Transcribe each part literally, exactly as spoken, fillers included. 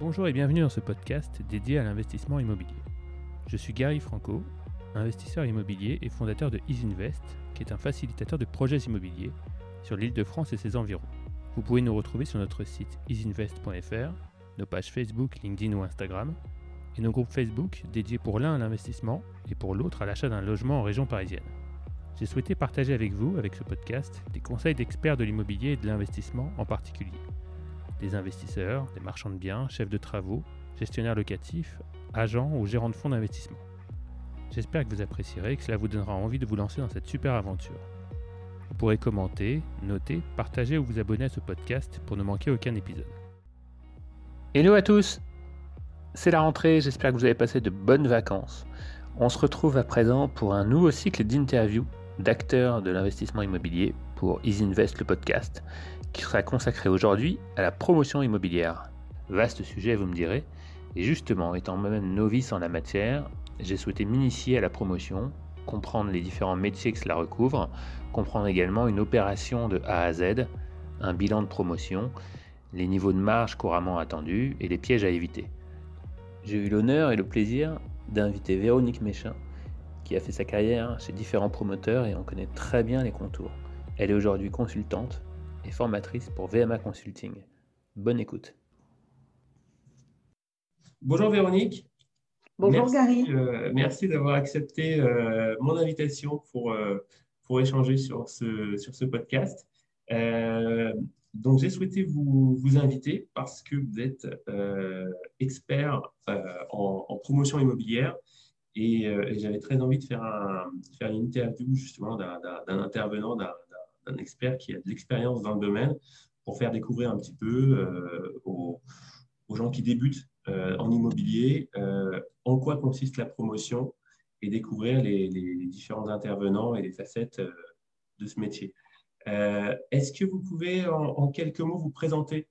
Bonjour et bienvenue dans ce podcast dédié à l'investissement immobilier. Je suis Gary Franco, investisseur immobilier et fondateur de EasyInvest, qui est un facilitateur de projets immobiliers sur l'Île-de-France et ses environs. Vous pouvez nous retrouver sur notre site easy invest point f r, nos pages Facebook, LinkedIn ou Instagram, et nos groupes Facebook dédiés pour l'un à l'investissement et pour l'autre à l'achat d'un logement en région parisienne. J'ai souhaité partager avec vous, avec ce podcast, des conseils d'experts de l'immobilier et de l'investissement en particulier. Des investisseurs, des marchands de biens, chefs de travaux, gestionnaires locatifs, agents ou gérants de fonds d'investissement. J'espère que vous apprécierez et que cela vous donnera envie de vous lancer dans cette super aventure. Vous pourrez commenter, noter, partager ou vous abonner à ce podcast pour ne manquer aucun épisode. Hello à tous! C'est la rentrée, j'espère que vous avez passé de bonnes vacances. On se retrouve à présent pour un nouveau cycle d'interviews d'acteurs de l'investissement immobilier pour EasyInvest le podcast, qui sera consacré aujourd'hui à la promotion immobilière. Vaste sujet, vous me direz, et justement, étant moi-même novice en la matière, j'ai souhaité m'initier à la promotion, comprendre les différents métiers que cela recouvre, comprendre également une opération de A à Z, un bilan de promotion, les niveaux de marge couramment attendus et les pièges à éviter. J'ai eu l'honneur et le plaisir d'inviter Véronique Méchin, qui a fait sa carrière chez différents promoteurs et on connaît très bien les contours. Elle est aujourd'hui consultante et formatrice pour V M A Consulting. Bonne écoute. Bonjour Véronique. Bonjour merci, Gary. Euh, merci d'avoir accepté euh, mon invitation pour, euh, pour échanger sur ce, sur ce podcast. Euh, donc j'ai souhaité vous, vous inviter parce que vous êtes euh, expert euh, en, en promotion immobilière et, euh, et j'avais très envie de faire, un, faire une interview justement d'un, d'un, d'un intervenant, d'un, d'un expert qui a de l'expérience dans le domaine pour faire découvrir un petit peu euh, aux, aux gens qui débutent euh, en immobilier euh, en quoi consiste la promotion et découvrir les, les, les différents intervenants et les facettes euh, de ce métier. Euh, est-ce que vous pouvez en, en quelques mots vous présenter?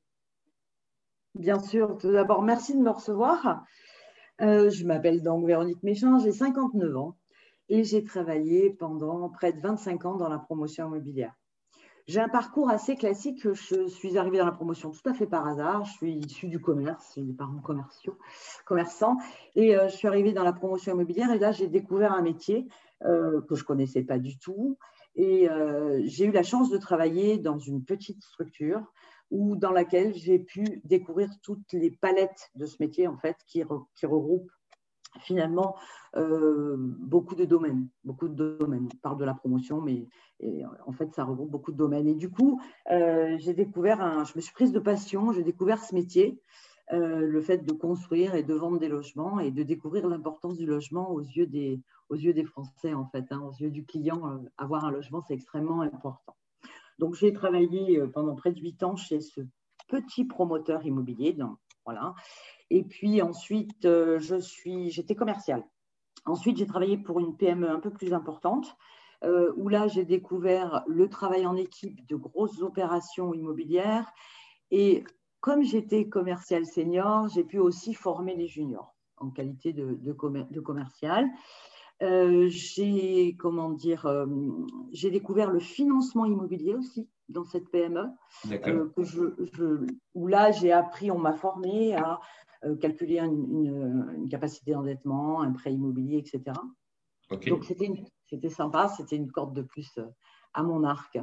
Bien sûr. Tout d'abord, merci de me recevoir. Euh, je m'appelle donc Véronique Méchin, j'ai cinquante-neuf ans et j'ai travaillé pendant près de vingt-cinq ans dans la promotion immobilière. J'ai un parcours assez classique. Je suis arrivée dans la promotion tout à fait par hasard. Je suis issue du commerce, j'ai des parents commerciaux, commerçants. Et euh, je suis arrivée dans la promotion immobilière et là, j'ai découvert un métier euh, que je ne connaissais pas du tout. Et euh, j'ai eu la chance de travailler dans une petite structure où, dans laquelle j'ai pu découvrir toutes les palettes de ce métier en fait, qui, re, qui regroupe finalement euh, beaucoup de domaines, beaucoup de domaines. On parle de la promotion, mais et, en fait, ça regroupe beaucoup de domaines. Et du coup, euh, j'ai découvert, un, je me suis prise de passion, j'ai découvert ce métier, euh, le fait de construire et de vendre des logements et de découvrir l'importance du logement aux yeux des, aux yeux des Français, en fait, hein, aux yeux du client. Euh, avoir un logement, c'est extrêmement important. Donc, j'ai travaillé pendant près de huit ans chez ce petit promoteur immobilier, dans, voilà. Et puis ensuite, euh, je suis, j'étais commerciale. Ensuite, j'ai travaillé pour une P M E un peu plus importante, euh, où là, j'ai découvert le travail en équipe de grosses opérations immobilières. Et comme j'étais commerciale senior, j'ai pu aussi former les juniors en qualité de, de, commer- de commerciale. Euh, j'ai, comment dire, euh, j'ai découvert le financement immobilier aussi dans cette P M E, euh, que je, je, où là, j'ai appris, on m'a formé à euh, calculer une, une, une capacité d'endettement, un prêt immobilier, et cetera. Okay. Donc, c'était, une, c'était sympa, c'était une corde de plus à mon arc.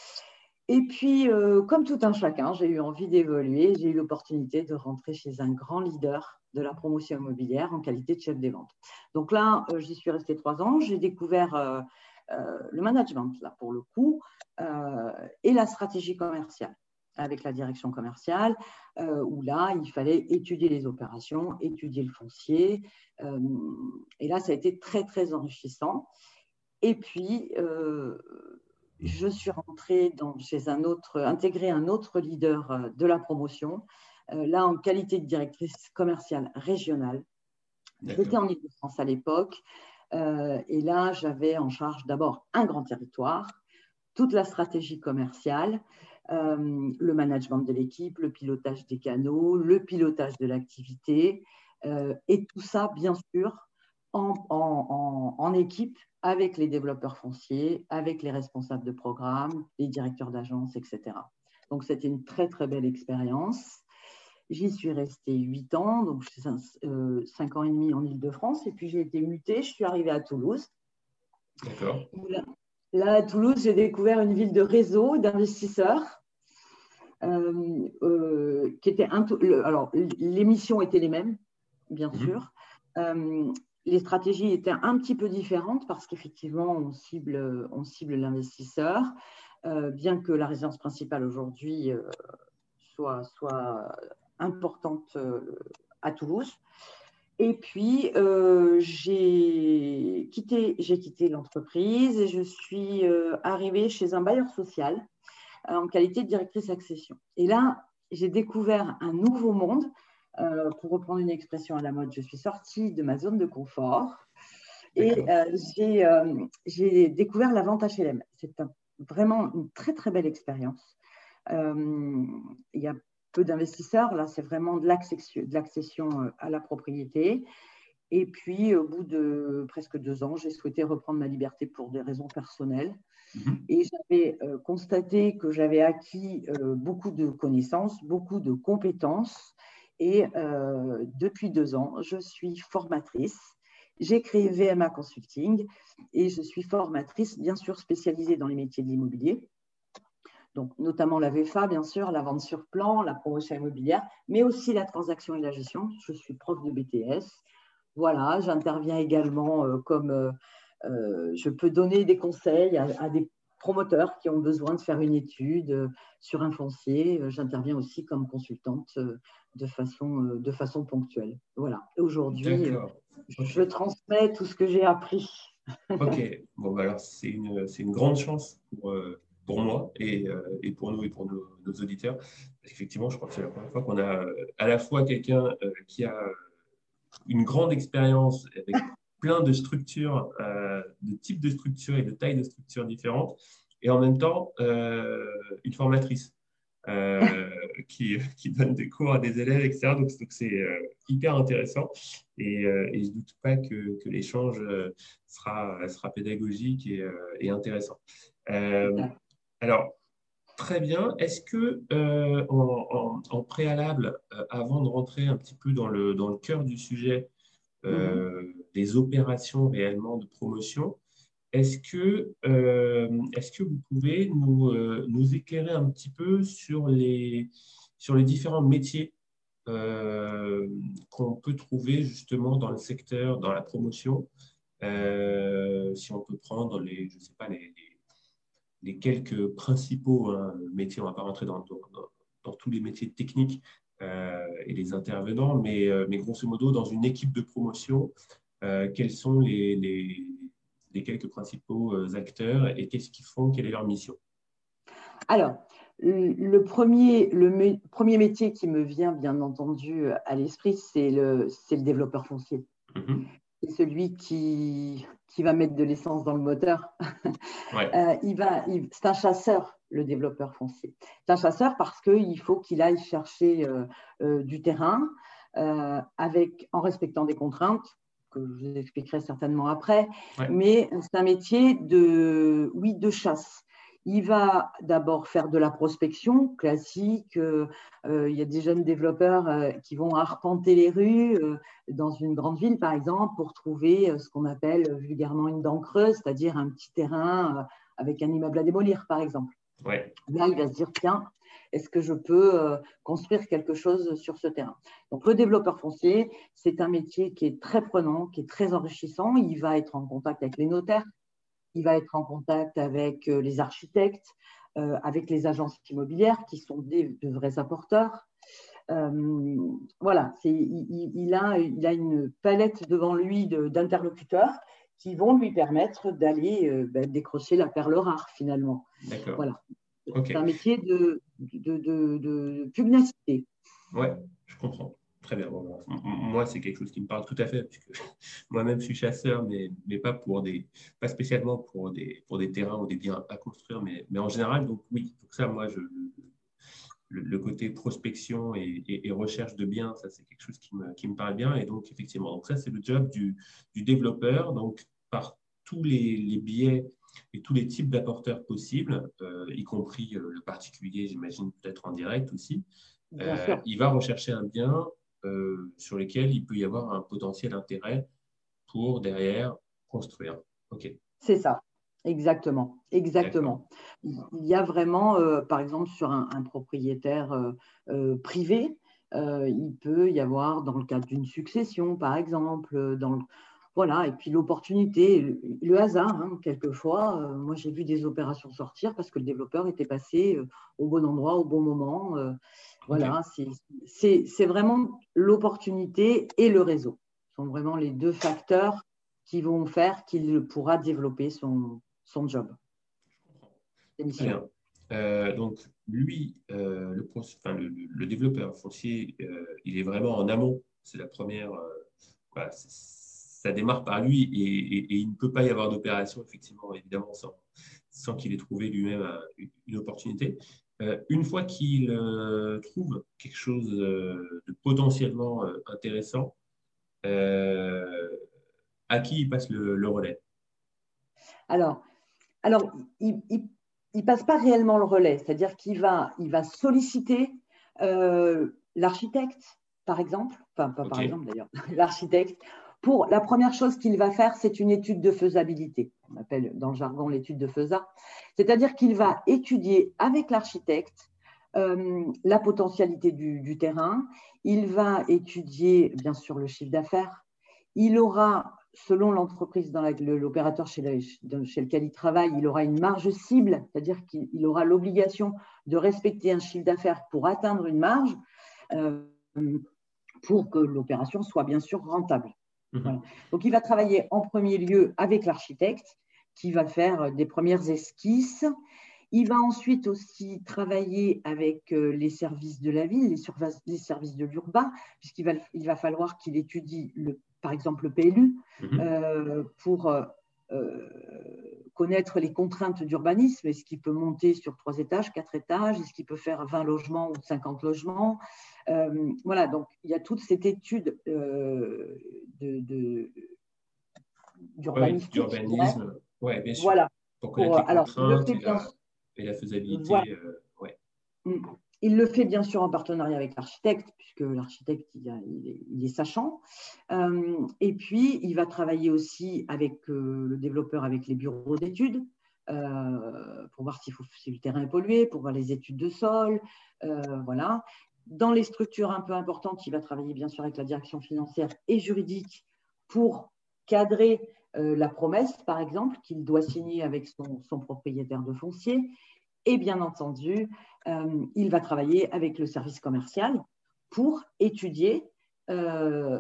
Et puis, euh, comme tout un chacun, j'ai eu envie d'évoluer, j'ai eu l'opportunité de rentrer chez un grand leader de la promotion immobilière en qualité de chef des ventes. Donc là, euh, j'y suis restée trois ans, j'ai découvert euh, euh, le management, là, pour le coup, euh, et la stratégie commerciale, avec la direction commerciale, euh, où là, il fallait étudier les opérations, étudier le foncier, euh, et là, ça a été très, très enrichissant. Et puis, euh, je suis rentrée dans, chez un autre, intégré un autre leader de la promotion, euh, là en qualité de directrice commerciale régionale. D'accord. J'étais en Île-de-France à l'époque, euh, et là j'avais en charge d'abord un grand territoire, toute la stratégie commerciale, euh, le management de l'équipe, le pilotage des canaux, le pilotage de l'activité, euh, et tout ça bien sûr en, en, en, en équipe avec les développeurs fonciers, avec les responsables de programme, les directeurs d'agence, et cetera. Donc, c'était une très, très belle expérience. J'y suis restée huit ans, donc cinq ans et demi en Île-de-France. Et puis, j'ai été mutée. Je suis arrivée à Toulouse. D'accord. Là, là, à Toulouse, j'ai découvert une ville de réseau d'investisseurs. Euh, euh, qui était un peu, le, alors, les missions étaient les mêmes, bien mmh. sûr. Euh, les stratégies étaient un petit peu différentes parce qu'effectivement, on cible, on cible l'investisseur, euh, bien que la résidence principale aujourd'hui euh, soit, soit importante euh, à Toulouse. Et puis, euh, j'ai quitté, j'ai quitté l'entreprise et je suis euh, arrivée chez un bailleur social euh, en qualité de directrice accession. Et là, j'ai découvert un nouveau monde. Euh, pour reprendre une expression à la mode, je suis sortie de ma zone de confort et euh, j'ai, euh, j'ai découvert la vente H L M. C'est un, vraiment une très, très belle expérience. Euh, il y a peu d'investisseurs. Là, c'est vraiment de l'accession, de l'accession à la propriété. Et puis, au bout de presque deux ans, j'ai souhaité reprendre ma liberté pour des raisons personnelles. Mmh. Et j'avais euh, constaté que j'avais acquis euh, beaucoup de connaissances, beaucoup de compétences. Et euh, depuis deux ans, je suis formatrice. J'ai créé V M A Consulting et je suis formatrice, bien sûr, spécialisée dans les métiers de l'immobilier. Donc, notamment la V F A, bien sûr, la vente sur plan, la promotion immobilière, mais aussi la transaction et la gestion. Je suis prof de B T S. Voilà, j'interviens également euh, comme euh, euh, je peux donner des conseils à, à des promoteurs qui ont besoin de faire une étude euh, sur un foncier. Euh, j'interviens aussi comme consultante euh, de, façon, euh, de façon ponctuelle. Voilà, aujourd'hui, euh, okay. je transmets tout ce que j'ai appris. Ok, bon, bah alors c'est une, c'est une grande chance pour, euh, pour moi et, euh, et pour nous et pour nos, nos auditeurs. Parce qu'effectivement, je crois que c'est la première fois qu'on a euh, à la fois quelqu'un euh, qui a une grande expérience avec plein de structures, euh, de types de structures et de tailles de structures différentes, et en même temps, euh, une formatrice euh, qui, qui donne des cours à des élèves, et cetera. Donc, donc c'est euh, hyper intéressant, et, euh, et je ne doute pas que, que l'échange euh, sera, sera pédagogique et, euh, et intéressant. Euh, alors, très bien. Est-ce que, euh, en, en, en préalable, euh, avant de rentrer un petit peu dans le, dans le cœur du sujet, euh, mm-hmm. des opérations réellement de promotion, est-ce que, euh, est-ce que vous pouvez nous, euh, nous éclairer un petit peu sur les, sur les différents métiers euh, qu'on peut trouver justement dans le secteur, dans la promotion, euh, si on peut prendre les, je sais pas, les, les les quelques principaux hein, métiers, on ne va pas rentrer dans, dans, dans tous les métiers techniques euh, et les intervenants, mais, euh, mais grosso modo, dans une équipe de promotion, euh, quels sont les, les, les quelques principaux acteurs et qu'est-ce qu'ils font, quelle est leur mission? Alors, le premier, le mé- premier métier qui me vient, bien entendu, à l'esprit, c'est le, c'est le développeur foncier. Mm-hmm. C'est celui qui, qui va mettre de l'essence dans le moteur. Ouais. euh, il va, il, c'est un chasseur, le développeur foncier. C'est un chasseur parce qu'il faut qu'il aille chercher euh, euh, du terrain euh, avec, en respectant des contraintes que je vous expliquerai certainement après. Ouais. Mais c'est un métier de, oui, de chasse. Il va d'abord faire de la prospection classique. Euh, euh, il y a des jeunes développeurs euh, qui vont arpenter les rues euh, dans une grande ville, par exemple, pour trouver euh, ce qu'on appelle vulgairement une dent creuse, c'est-à-dire un petit terrain euh, avec un immeuble à démolir, par exemple. Ouais. Là, il va se dire, tiens, est-ce que je peux euh, construire quelque chose sur ce terrain? Donc, le développeur foncier, c'est un métier qui est très prenant, qui est très enrichissant. Il va être en contact avec les notaires. Il va être en contact avec les architectes, euh, avec les agences immobilières qui sont des, de vrais apporteurs. Euh, voilà, c'est, il, il, a, il a une palette devant lui de, d'interlocuteurs qui vont lui permettre d'aller euh, ben, décrocher la perle rare finalement. D'accord. Voilà. Okay. C'est un métier de, de, de, de pugnacité. Ouais, je comprends. Très bien. Bon, moi, c'est quelque chose qui me parle tout à fait, puisque moi-même, je suis chasseur, mais, mais pas, pour des, pas spécialement pour des, pour des terrains ou des biens à construire, mais, mais en général. Donc, oui, donc ça, moi, je, le, le côté prospection et, et, et recherche de biens, ça, c'est quelque chose qui me, qui me parle bien. Et donc, effectivement, donc ça, c'est le job du, du développeur, donc par tous les, les biais et tous les types d'apporteurs possibles, euh, y compris euh, le particulier, j'imagine, peut-être en direct aussi. Bien euh, sûr. il va rechercher un bien euh, sur lequel il peut y avoir un potentiel intérêt pour derrière construire. OK, C'est ça, exactement, d'accord. exactement. Il y a vraiment, euh, par exemple, sur un, un propriétaire euh, euh, privé, euh, il peut y avoir, dans le cadre d'une succession, par exemple, dans le, voilà, et puis l'opportunité, le, le hasard, hein, quelquefois. Euh, moi, j'ai vu des opérations sortir parce que le développeur était passé euh, au bon endroit, au bon moment. Euh, OK, voilà, c'est c'est- c'est vraiment l'opportunité et le réseau. Ce sont vraiment les deux facteurs qui vont faire qu'il pourra développer son, son job, ses très missions. bien. Euh, donc, lui, euh, le, enfin, le, le développeur foncier, euh, il est vraiment en amont. C'est la première. Euh, voilà, ça démarre par lui et, et, et, il ne peut pas y avoir d'opération, effectivement, évidemment, sans, sans qu'il ait trouvé lui-même une, une opportunité. Euh, une fois qu'il euh, trouve quelque chose euh, de potentiellement euh, intéressant, euh, à qui il passe le, le relais? Alors, alors il ne passe pas réellement le relais, c'est-à-dire qu'il va, il va solliciter euh, l'architecte, par exemple, enfin pas par OK. exemple d'ailleurs, l'architecte, pour la première chose qu'il va faire, c'est une étude de faisabilité. On appelle dans le jargon l'étude de Fesa. C'est-à-dire qu'il va étudier avec l'architecte euh, la potentialité du, du terrain. Il va étudier, bien sûr, le chiffre d'affaires. Il aura, selon l'entreprise dans l'opérateur chez, chez lequel il travaille, il aura une marge cible, c'est-à-dire qu'il aura l'obligation de respecter un chiffre d'affaires pour atteindre une marge, euh, pour que l'opération soit bien sûr rentable. Mmh. Voilà. Donc, il va travailler en premier lieu avec l'architecte qui va faire des premières esquisses. Il va ensuite aussi travailler avec les services de la ville, les, les services de l'urbain, puisqu'il va, il va falloir qu'il étudie, le, par exemple, le P L U, Mmh. euh, pour euh, connaître les contraintes d'urbanisme. Est-ce qu'il peut monter sur trois étages, quatre étages? Est-ce qu'il peut faire vingt logements ou cinquante logements? euh, Voilà, donc il y a toute cette étude euh, de, de, d'urbanistique, Oui, d'urbanisme, ouais, bien sûr. voilà. Pour connaître Pour, les alors, il le contraintes fait et bien, la, et la voilà. faisabilité. Euh, ouais. Il le fait bien sûr en partenariat avec l'architecte, puisque l'architecte, il, il, il est sachant. Euh, et puis, il va travailler aussi avec euh, le développeur, avec les bureaux d'études, euh, pour voir s'il faut, si le terrain est pollué, pour voir les études de sol. Euh, voilà. Dans les structures un peu importantes, il va travailler bien sûr avec la direction financière et juridique pour cadrer euh, la promesse, par exemple, qu'il doit signer avec son, son propriétaire de foncier. Et bien entendu, euh, il va travailler avec le service commercial pour étudier euh,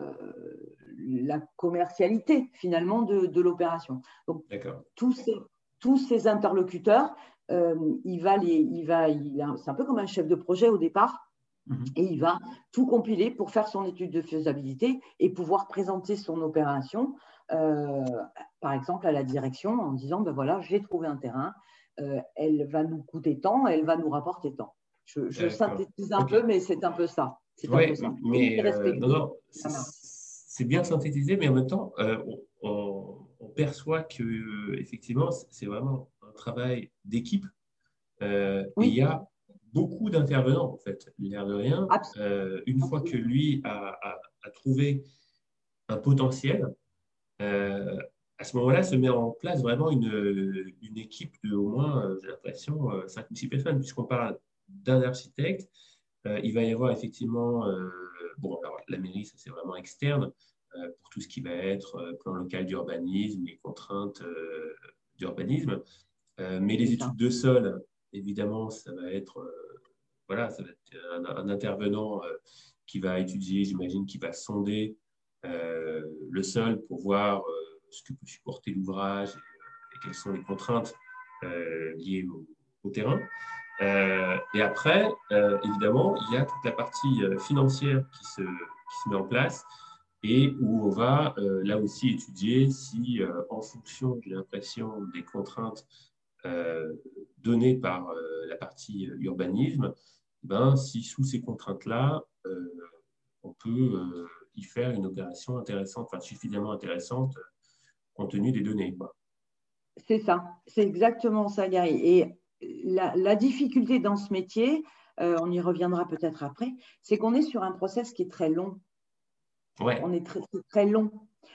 la commercialité finalement de, de l'opération. Donc, tous ces, tous ces interlocuteurs, euh, il va les, il va, il a, c'est un peu comme un chef de projet au départ. Mmh. Et il va tout compiler pour faire son étude de faisabilité et pouvoir présenter son opération, euh, par exemple, à la direction en disant, ben voilà, j'ai trouvé un terrain, euh, elle va nous coûter tant, elle va nous rapporter tant. Je, je synthétise un okay. peu, mais c'est un peu ça. C'est ouais, un peu ça. Mais euh, non, non, c'est bien synthétisé, mais en même temps, euh, on, on perçoit que effectivement, c'est vraiment un travail d'équipe. Euh, oui. Et il y a beaucoup d'intervenants, en fait. L'air de rien, euh, une fois que lui a, a, a trouvé un potentiel, euh, à ce moment-là, se met en place vraiment une, une équipe de au moins, euh, j'ai l'impression, euh, cinq ou six personnes, puisqu'on parle d'un architecte. Euh, il va y avoir effectivement, euh, bon, alors la mairie, ça c'est vraiment externe, euh, pour tout ce qui va être euh, plan local d'urbanisme, les contraintes euh, d'urbanisme. Euh, mais les études de sol, évidemment, ça va être, euh, voilà, ça va être un, un intervenant euh, qui va étudier, j'imagine, qui va sonder euh, le sol pour voir euh, ce que peut supporter l'ouvrage et, et quelles sont les contraintes euh, liées au, au terrain. Euh, et après, euh, évidemment, il y a toute la partie euh, financière qui se, qui se met en place et où on va euh, là aussi étudier si, euh, en fonction, j'ai l'impression, des contraintes euh, données par euh, la partie urbanisme, ben, si sous ces contraintes-là, euh, on peut euh, y faire une opération intéressante, enfin suffisamment intéressante compte tenu des données, quoi. C'est ça, c'est exactement ça, Gary. Et la, la difficulté dans ce métier, euh, on y reviendra peut-être après, c'est qu'on est sur un process qui est très long. Ouais. On est très, très long.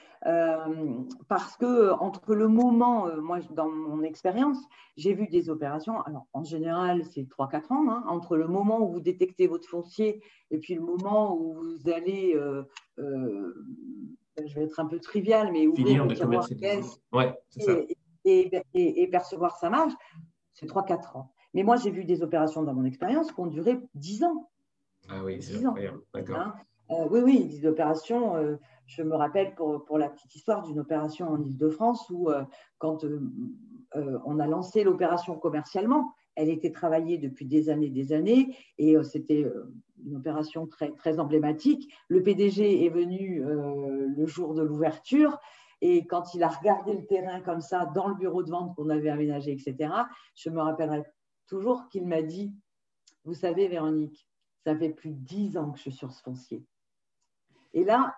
Euh, parce que entre le moment, euh, moi dans mon expérience, j'ai vu des opérations, alors en général c'est trois quatre ans, hein, entre le moment où vous détectez votre foncier et puis le moment où vous allez, euh, euh, je vais être un peu trivial, mais ouvrir Finir le de tiroir commercialiser. Ouais, c'est ça. et, et, et, et percevoir sa marge, c'est trois quatre ans. Mais moi j'ai vu des opérations dans mon expérience qui ont duré dix ans. Ah oui, c'est dix ans. incroyable, d'accord. Hein. Euh, oui, oui, des opérations. Euh, je me rappelle pour, pour la petite histoire d'une opération en Île-de-France où, euh, quand euh, euh, on a lancé l'opération commercialement, elle était travaillée depuis des années, des années, et euh, c'était euh, une opération très, très emblématique. Le P D G est venu euh, le jour de l'ouverture, et quand il a regardé le terrain comme ça, dans le bureau de vente qu'on avait aménagé, et cetera, je me rappellerai toujours qu'il m'a dit, vous savez, Véronique, ça fait plus de dix ans que je suis sur ce foncier. Et là,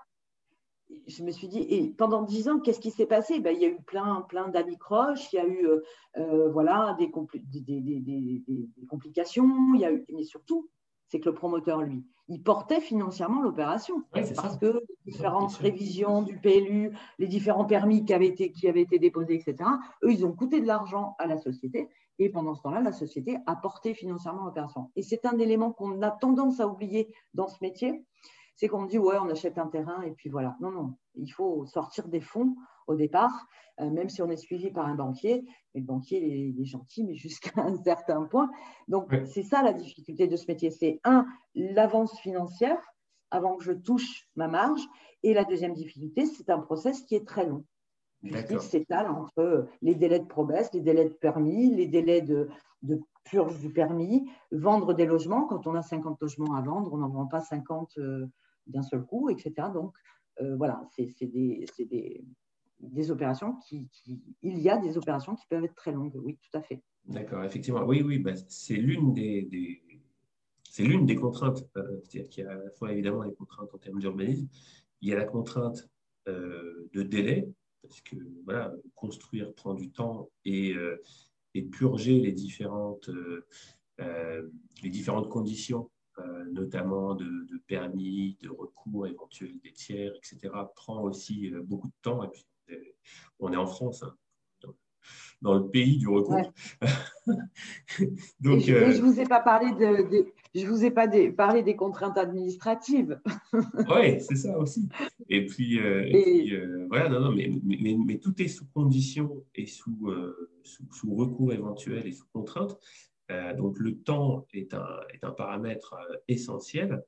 je me suis dit, et pendant dix ans, qu'est-ce qui s'est passé? Ben, il y a eu plein, plein d'anicroches, il y a eu euh, euh, voilà, des, compli des, des, des, des, des complications, il y a eu, mais surtout, c'est que le promoteur, lui, il portait financièrement l'opération. Ouais, c'est parce ça. que les différentes révisions du P L U, les différents permis qui avaient été, qui avaient été déposés, et cetera, eux, ils ont coûté de l'argent à la société. Et pendant ce temps-là, la société a porté financièrement l'opération. Et c'est un élément qu'on a tendance à oublier dans ce métier. C'est qu'on me dit, ouais, on achète un terrain et puis voilà. Non, non, il faut sortir des fonds au départ, euh, même si on est suivi par un banquier. Et le banquier, il est, il est gentil, mais jusqu'à un certain point. Donc, Ouais. c'est ça la difficulté de ce métier. C'est un, l'avance financière avant que je touche ma marge. Et la deuxième difficulté, c'est un process qui est très long. Puisqu'il s'étale entre les délais de promesse, les délais de permis, les délais de, de purge du permis, vendre des logements. Quand on a cinquante logements à vendre, on n'en vend pas cinquante euh, d'un seul coup, et cetera. Donc, euh, voilà, c'est des, des, des opérations qui, qui… Il y a des opérations qui peuvent être très longues, oui, tout à fait. D'accord, effectivement. Oui, oui, bah, c'est l'une des, des c'est l'une des contraintes. Euh, C'est-à-dire qu'il y a à la fois, évidemment, les contraintes en termes d'urbanisme. Il y a la contrainte euh, de délai, parce que voilà, construire prend du temps et, euh, et purger les différentes, euh, euh, les différentes conditions, euh, notamment de, de permis, de recours éventuel des tiers, et cetera, prend aussi euh, beaucoup de temps. Et puis, on est en France, hein, dans, dans le pays du recours. Ouais. Donc, et je ne euh... vous ai pas parlé de, de je vous ai pas des, parlé des contraintes administratives. Oui, c'est ça aussi. Et puis, euh, et... et puis euh, voilà, non, non, mais, mais, mais tout est sous condition et sous, euh, sous, sous recours éventuel et sous contrainte. Euh, donc, le temps est un, est un paramètre euh, essentiel.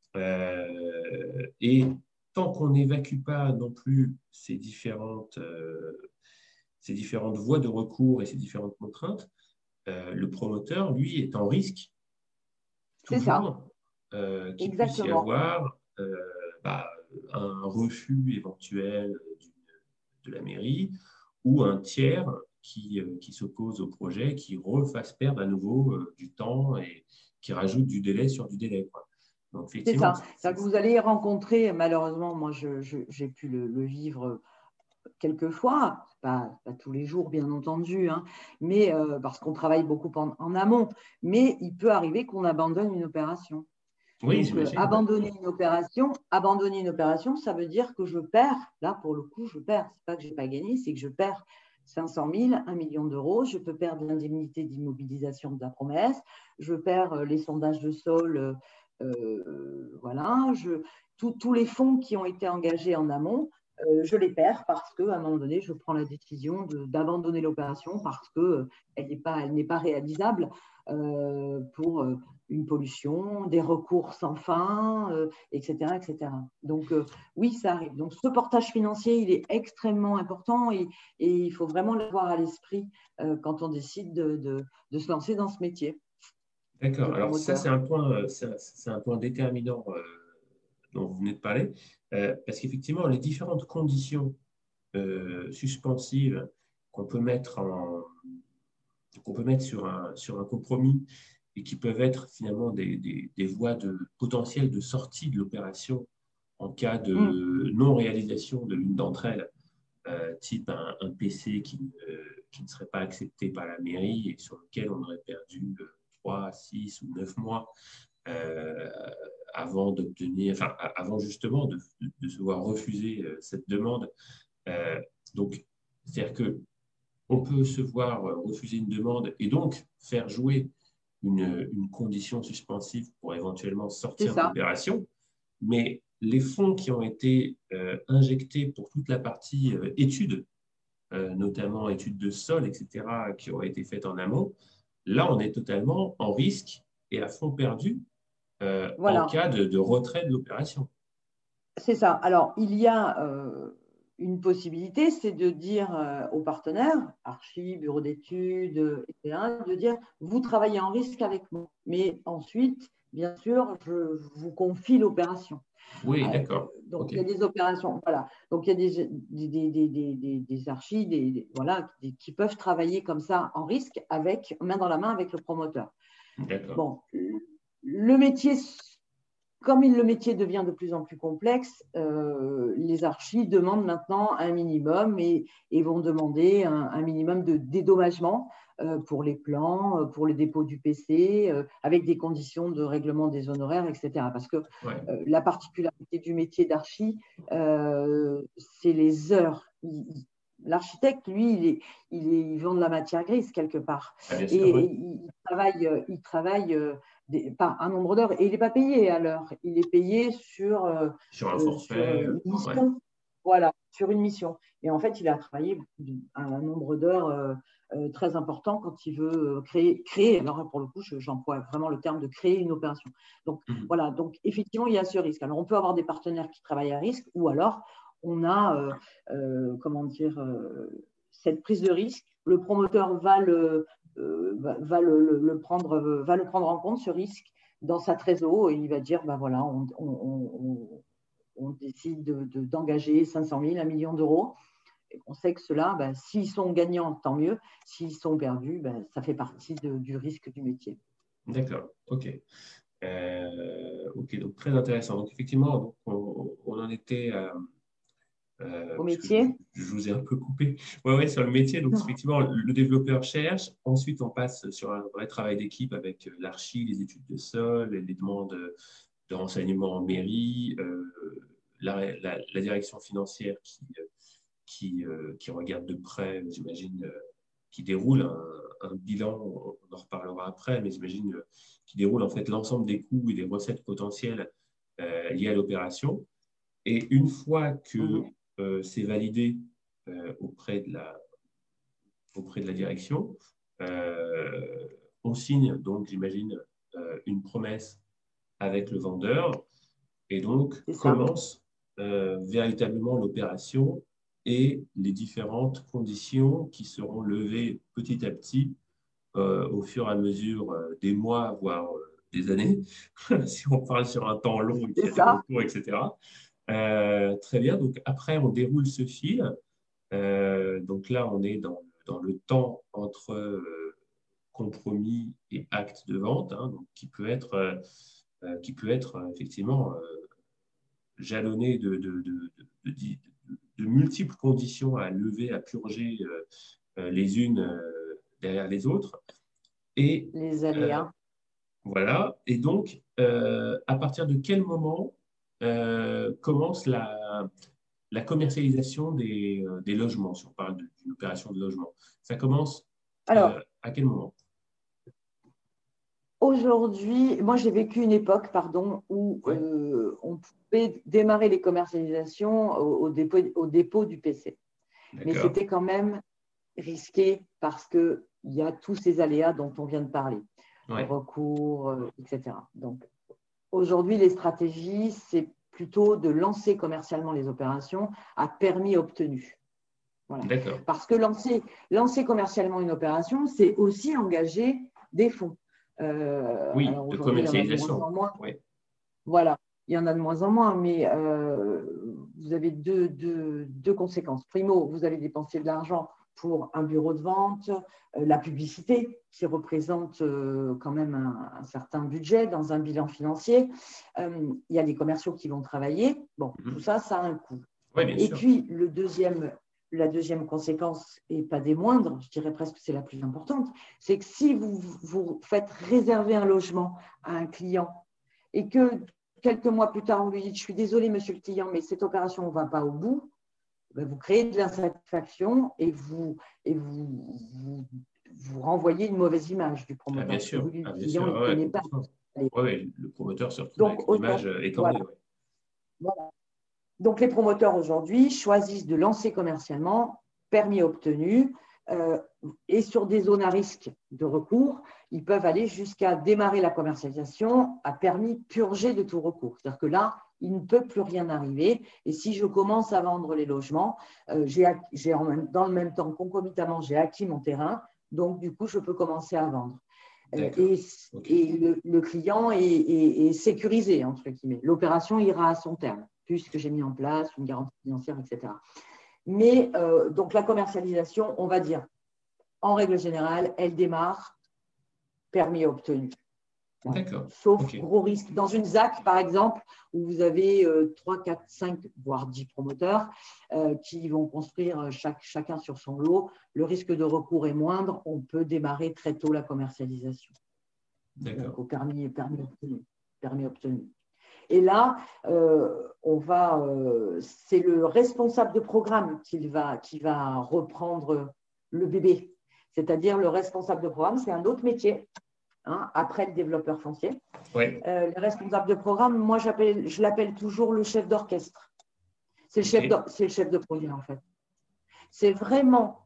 Euh, et tant qu'on n'évacue pas non plus ces différentes, euh, ces différentes voies de recours et ces différentes contraintes, euh, le promoteur, lui, est en risque toujours euh, qu'il puisse y avoir euh, bah, un refus éventuel de la mairie ou un tiers qui, euh, qui s'oppose au projet, qui refasse perdre à nouveau euh, du temps et qui rajoute du délai sur du délai, quoi. C'est ça. C'est que vous allez rencontrer, malheureusement, moi j'ai pu le, le vivre quelques fois, pas, pas tous les jours bien entendu, hein, mais euh, parce qu'on travaille beaucoup en, en amont, mais il peut arriver qu'on abandonne une opération. Oui, Donc, euh, abandonner une opération, abandonner une opération, ça veut dire que je perds, là pour le coup, je perds. C'est pas que je n'ai pas gagné, c'est que je perds cinq cent mille, un million d'euros, je peux perdre l'indemnité d'immobilisation de la promesse, je perds les sondages de sol, euh, voilà, je, tous les fonds qui ont été engagés en amont, euh, je les perds parce qu'à un moment donné, je prends la décision d'abandonner l'opération parce qu'elle n'est pas, elle n'est pas réalisable euh, pour euh, une pollution, des recours sans fin, euh, et cetera, et cetera. Donc, euh, oui, ça arrive. Donc, ce portage financier, il est extrêmement important et, et il faut vraiment l'avoir à l'esprit euh, quand on décide de, de, de se lancer dans ce métier. D'accord. Alors, ça, c'est un point, c'est un point déterminant euh, dont vous venez de parler, euh, parce qu'effectivement, les différentes conditions euh, suspensives qu'on peut mettre en qu'on peut mettre sur un, sur un compromis et qui peuvent être finalement des, des, des voies de, potentielles de sortie de l'opération en cas de mmh. non-réalisation de l'une d'entre elles, euh, type un, un P C qui, euh, qui ne serait pas accepté par la mairie et sur lequel on aurait perdu euh, trois, six ou neuf mois euh, avant d'obtenir, enfin, avant justement de, de, de se voir refuser euh, cette demande. Euh, donc, c'est-à-dire que on peut se voir refuser une demande et donc faire jouer une, une condition suspensive pour éventuellement sortir de l'opération. Mais les fonds qui ont été euh, injectés pour toute la partie euh, études, euh, notamment études de sol, et cetera, qui auraient été faites en amont, là, on est totalement en risque et à fond perdu euh, voilà. en cas de, de retrait de l'opération. C'est ça. Alors, il y a euh, une possibilité, c'est de dire euh, aux partenaires, archi, bureau d'études, et cetera, de dire, vous travaillez en risque avec moi. Mais ensuite, bien sûr, je vous confie l'opération. Oui, euh, d'accord. Donc, okay. il y a des opérations, voilà. Donc, il y a des, des, des, des, des, des archis des, des, voilà, des, qui peuvent travailler comme ça en risque, avec, main dans la main avec le promoteur. D'accord. Bon, le métier... Comme le métier devient de plus en plus complexe, euh, les archis demandent maintenant un minimum et, et vont demander un, un minimum de dédommagement euh, pour les plans, pour le dépôt du P C, euh, avec des conditions de règlement des honoraires, et cetera. Parce que ouais. euh, la particularité du métier d'archi, euh, c'est les heures. Il, L'architecte, lui, il, est, il, est, il vend de la matière grise quelque part. Ah, bien et sûr, ouais. il travaille, il travaille des, pas un nombre d'heures, et il n'est pas payé à l'heure. Il est payé sur, euh, sur un forfait, sur une mission. Ouais. Voilà, sur une mission. Et en fait, il a travaillé un nombre d'heures euh, euh, très important quand il veut créer, créer. Alors, pour le coup, j'emploie vraiment le terme de créer une opération. Donc, mm-hmm. voilà. Donc, effectivement, il y a ce risque. Alors, on peut avoir des partenaires qui travaillent à risque, ou alors, on a, euh, euh, comment dire, euh, cette prise de risque. Le promoteur va le, euh, va, va, le, le, le prendre, va le prendre en compte, ce risque, dans sa trésor, et il va dire, ben voilà, on, on, on, on décide de, de, d'engager cinq cent mille, un million d'euros. Et on sait que ceux-là, ben, s'ils sont gagnants, tant mieux. S'ils sont perdus, ben, ça fait partie de, du risque du métier. D'accord, ok. Euh, ok, donc très intéressant. Donc effectivement, donc, on, on en était à... Euh, Au métier je, je vous ai un peu coupé. Oui, ouais, sur le métier. Donc, non. Effectivement, le développeur cherche. Ensuite, on passe sur un vrai travail d'équipe avec l'archi, les études de sol, les demandes de renseignements en mairie, euh, la, la, la direction financière qui, qui, euh, qui regarde de près, j'imagine, euh, qui déroule un, un bilan, on en reparlera après, mais j'imagine euh, qui déroule en fait l'ensemble des coûts et des recettes potentielles euh, liées à l'opération. Et une fois que mmh. Euh, c'est validé euh, auprès, de la, auprès de la direction. Euh, on signe donc, j'imagine, euh, une promesse avec le vendeur et donc commence euh, véritablement l'opération et les différentes conditions qui seront levées petit à petit euh, au fur et à mesure euh, des mois, voire euh, des années, si on parle sur un temps long, et recours, et cetera. Euh, très bien, donc après on déroule ce fil, euh, donc là on est dans, dans le temps entre euh, compromis et acte de vente, hein, donc qui peut être, euh, qui peut être euh, effectivement euh, jalonné de, de, de, de, de, de multiples conditions à lever, à purger euh, les unes euh, derrière les autres. Et, les aléas. Euh, voilà, et donc euh, à partir de quel moment euh, commence la, la commercialisation des, euh, des logements, si on parle d'une opération de logement. Ça commence Alors, euh, à quel moment? Aujourd'hui, moi j'ai vécu une époque, pardon, où ouais. euh, on pouvait démarrer les commercialisations au, au, dépôt, au dépôt du P C. Mais c'était quand même risqué parce qu'il y a tous ces aléas dont on vient de parler, ouais. le recours, euh, et cetera. Donc aujourd'hui, les stratégies, c'est plutôt de lancer commercialement les opérations à permis obtenu. Voilà. Parce que lancer, lancer commercialement une opération, c'est aussi engager des fonds. Euh, oui, alors de commercialisation. Il y en a de moins en moins. Oui. Voilà, il y en a de moins en moins, mais euh, vous avez deux, deux, deux conséquences. Primo, vous allez dépenser de l'argent pour un bureau de vente, euh, la publicité qui représente euh, quand même un, un certain budget dans un bilan financier. Euh, il y a les commerciaux qui vont travailler. Bon, mm-hmm. tout ça, ça a un coût. Oui, bien Et sûr. puis, le deuxième, la deuxième conséquence, et pas des moindres, je dirais presque que c'est la plus importante, c'est que si vous, vous faites réserver un logement à un client et que quelques mois plus tard, on lui dit « Je suis désolé, monsieur le client, mais cette opération ne va pas au bout », ben vous créez de l'insatisfaction et vous, et vous, vous, vous renvoyez une mauvaise image du promoteur. Ah, bien sûr, le ah, bien client sûr. ne ouais, connaît pas. ouais, ouais, le promoteur se retrouve Donc, avec une image écornée. voilà. Ouais. Voilà. Donc, les promoteurs aujourd'hui choisissent de lancer commercialement, permis obtenu, euh, et sur des zones à risque de recours, ils peuvent aller jusqu'à démarrer la commercialisation à permis purgé de tout recours. C'est-à-dire que là, il ne peut plus rien arriver. Et si je commence à vendre les logements, euh, j'ai, j'ai en même, dans le même temps, concomitamment, j'ai acquis mon terrain. Donc, du coup, je peux commencer à vendre. Euh, et okay. et le, le client est, est, est sécurisé, entre guillemets. L'opération ira à son terme, puisque j'ai mis en place une garantie financière, et cetera. Mais euh, donc, la commercialisation, on va dire, en règle générale, elle démarre permis obtenu. D'accord. Sauf okay. gros risque. Dans une Z A C, par exemple, où vous avez euh, trois, quatre, cinq, voire dix promoteurs euh, qui vont construire chaque, chacun sur son lot, le risque de recours est moindre. On peut démarrer très tôt la commercialisation. D'accord. Donc, au permis, permis, obtenu, permis obtenu. Et là, euh, on va, euh, c'est le responsable de programme qui va, qui va reprendre le bébé. C'est-à-dire le responsable de programme, c'est un autre métier. Hein, après le développeur foncier. Oui. Euh, le responsable de programme, moi, je l'appelle toujours le chef d'orchestre. C'est le, okay. chef le chef de projet, en fait. C'est vraiment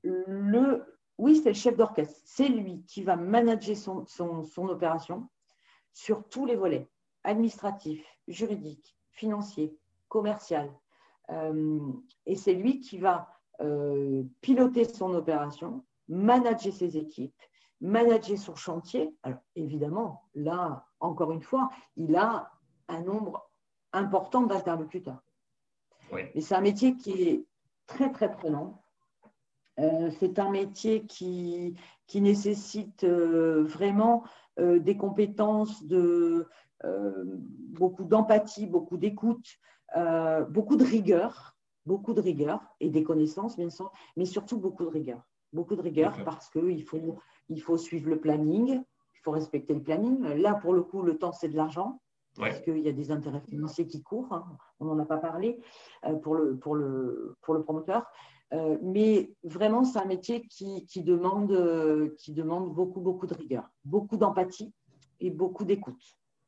le… Oui, c'est le chef d'orchestre. C'est lui qui va manager son, son, son opération sur tous les volets, administratifs, juridiques, financiers, commercial. Euh, et c'est lui qui va euh, piloter son opération, manager ses équipes, manager son chantier. Alors, évidemment, là, encore une fois, il a un nombre important d'interlocuteurs. Oui. Mais c'est un métier qui est très, très prenant. Euh, c'est un métier qui, qui nécessite euh, vraiment euh, des compétences, de, euh, beaucoup d'empathie, beaucoup d'écoute, euh, beaucoup de rigueur, beaucoup de rigueur et des connaissances, bien sûr, mais surtout beaucoup de rigueur. Beaucoup de rigueur okay. Parce qu'il faut, il faut suivre le planning, il faut respecter le planning. Là, pour le coup, le temps, c'est de l'argent, ouais. Parce qu'il y a des intérêts financiers qui courent, hein. On n'en a pas parlé euh, pour, le, pour, le, pour le promoteur. Euh, mais vraiment, c'est un métier qui, qui, demande, euh, qui demande beaucoup, beaucoup de rigueur, beaucoup d'empathie et beaucoup d'écoute.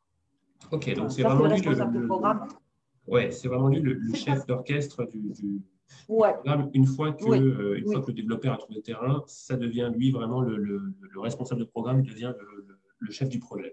Ok, donc voilà. c'est Ça, vraiment c'est le lui responsable le, de programme. Ouais, c'est vraiment lui le, le chef d'orchestre du, du ouais. programme. Une fois que, oui. euh, une oui. fois que le développeur a trouvé le terrain, ça devient lui vraiment le, le, le responsable de programme, devient le, le, le chef du projet.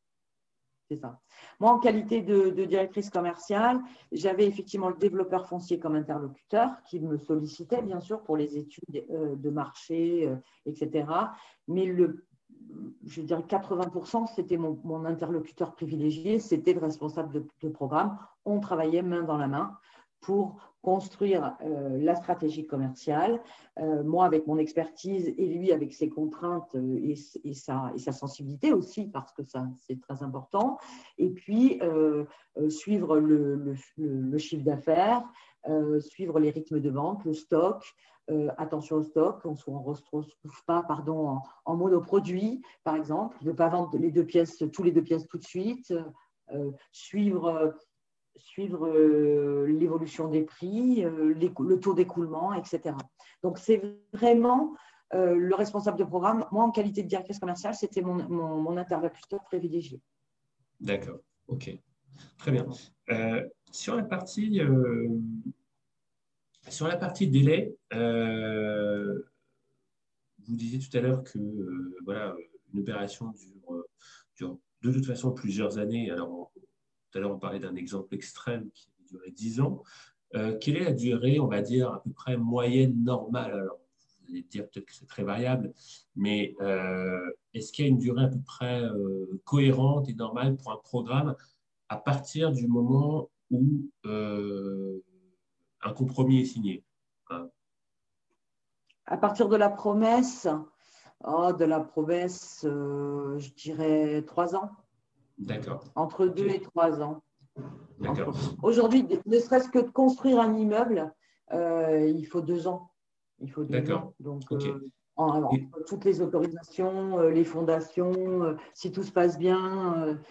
C'est ça. Moi, en qualité de, de directrice commerciale, j'avais effectivement le développeur foncier comme interlocuteur qui me sollicitait, bien sûr, pour les études euh, de marché, euh, et cetera. Mais le, je dirais quatre-vingts pour cent, c'était mon, mon interlocuteur privilégié, c'était le responsable de, de programme. On travaillait main dans la main pour construire euh, la stratégie commerciale, euh, moi avec mon expertise et lui avec ses contraintes et, et, sa, et sa sensibilité aussi, parce que ça c'est très important, et puis euh, euh, suivre le, le, le chiffre d'affaires, euh, suivre les rythmes de vente, le stock, euh, attention au stock, on ne retrouve pas pardon, en, en monoproduit, par exemple, ne pas vendre les deux pièces, tous les deux pièces tout de suite, euh, suivre… suivre euh, l'évolution des prix, euh, les, le taux d'écoulement, et cetera. Donc, c'est vraiment euh, le responsable de programme. Moi, en qualité de directrice commerciale, c'était mon, mon, mon interlocuteur privilégié. D'accord, ok. Très bien. Euh, sur la partie, euh, sur la partie délai, euh, vous disiez tout à l'heure que euh, voilà, une opération dure, dure de toute façon plusieurs années. Alors, tout à l'heure, on parlait d'un exemple extrême qui a duré dix ans. Euh, quelle est la durée, on va dire, à peu près moyenne normale? Alors, vous allez dire peut-être que c'est très variable, mais euh, est-ce qu'il y a une durée à peu près euh, cohérente et normale pour un programme à partir du moment où euh, un compromis est signé? Hein? À partir de la promesse, oh, de la promesse, euh, je dirais trois ans. D'accord. Entre deux okay. et trois ans. D'accord. Aujourd'hui, ne serait-ce que de construire un immeuble, euh, il faut deux ans. Il faut deux D'accord. ans. Donc, Okay. euh, en, alors, Et... toutes les autorisations, euh, les fondations, euh, si tout se passe bien, euh,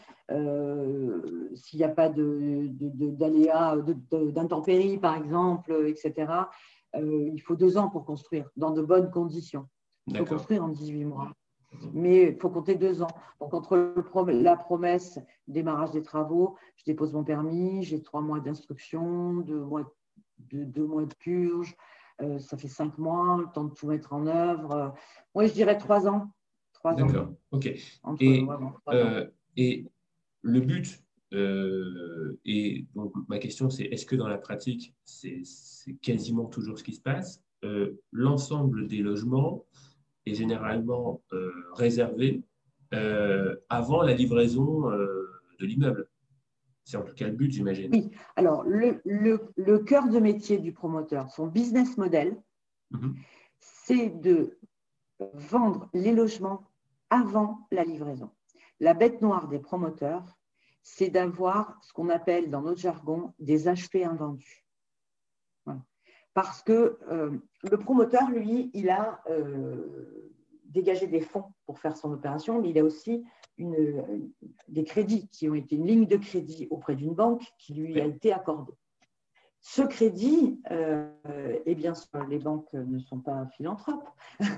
euh, s'il n'y a pas de, de, de, d'aléas, de, de, d'intempéries, par exemple, et cetera, euh, il faut deux ans pour construire, dans de bonnes conditions. Il faut D'accord. construire en dix-huit mois. Mais il faut compter deux ans. Donc, entre le, la promesse, démarrage des travaux, je dépose mon permis, j'ai trois mois d'instruction, deux mois de, deux mois de purge, euh, ça fait cinq mois, le temps de tout mettre en œuvre. Euh, oui, je dirais trois ans. Trois D'accord, ans. ok. Entre, Et, vraiment, trois euh, ans. et le but, euh, et donc ma question c'est, est-ce que dans la pratique, c'est quasiment toujours ce qui se passe? euh, L'ensemble des logements est généralement euh, réservé euh, avant la livraison euh, de l'immeuble. C'est en tout cas le but, j'imagine. Oui, alors le, le, le cœur de métier du promoteur, son business model, mm-hmm. c'est de vendre les logements avant la livraison. La bête noire des promoteurs, c'est d'avoir ce qu'on appelle dans notre jargon des achetés invendus. Voilà. Parce que euh, le promoteur, lui, il a euh, dégagé des fonds pour faire son opération, mais il a aussi une, des crédits qui ont été une ligne de crédit auprès d'une banque qui lui a été accordée. Ce crédit, euh, et bien sûr, les banques ne sont pas philanthropes,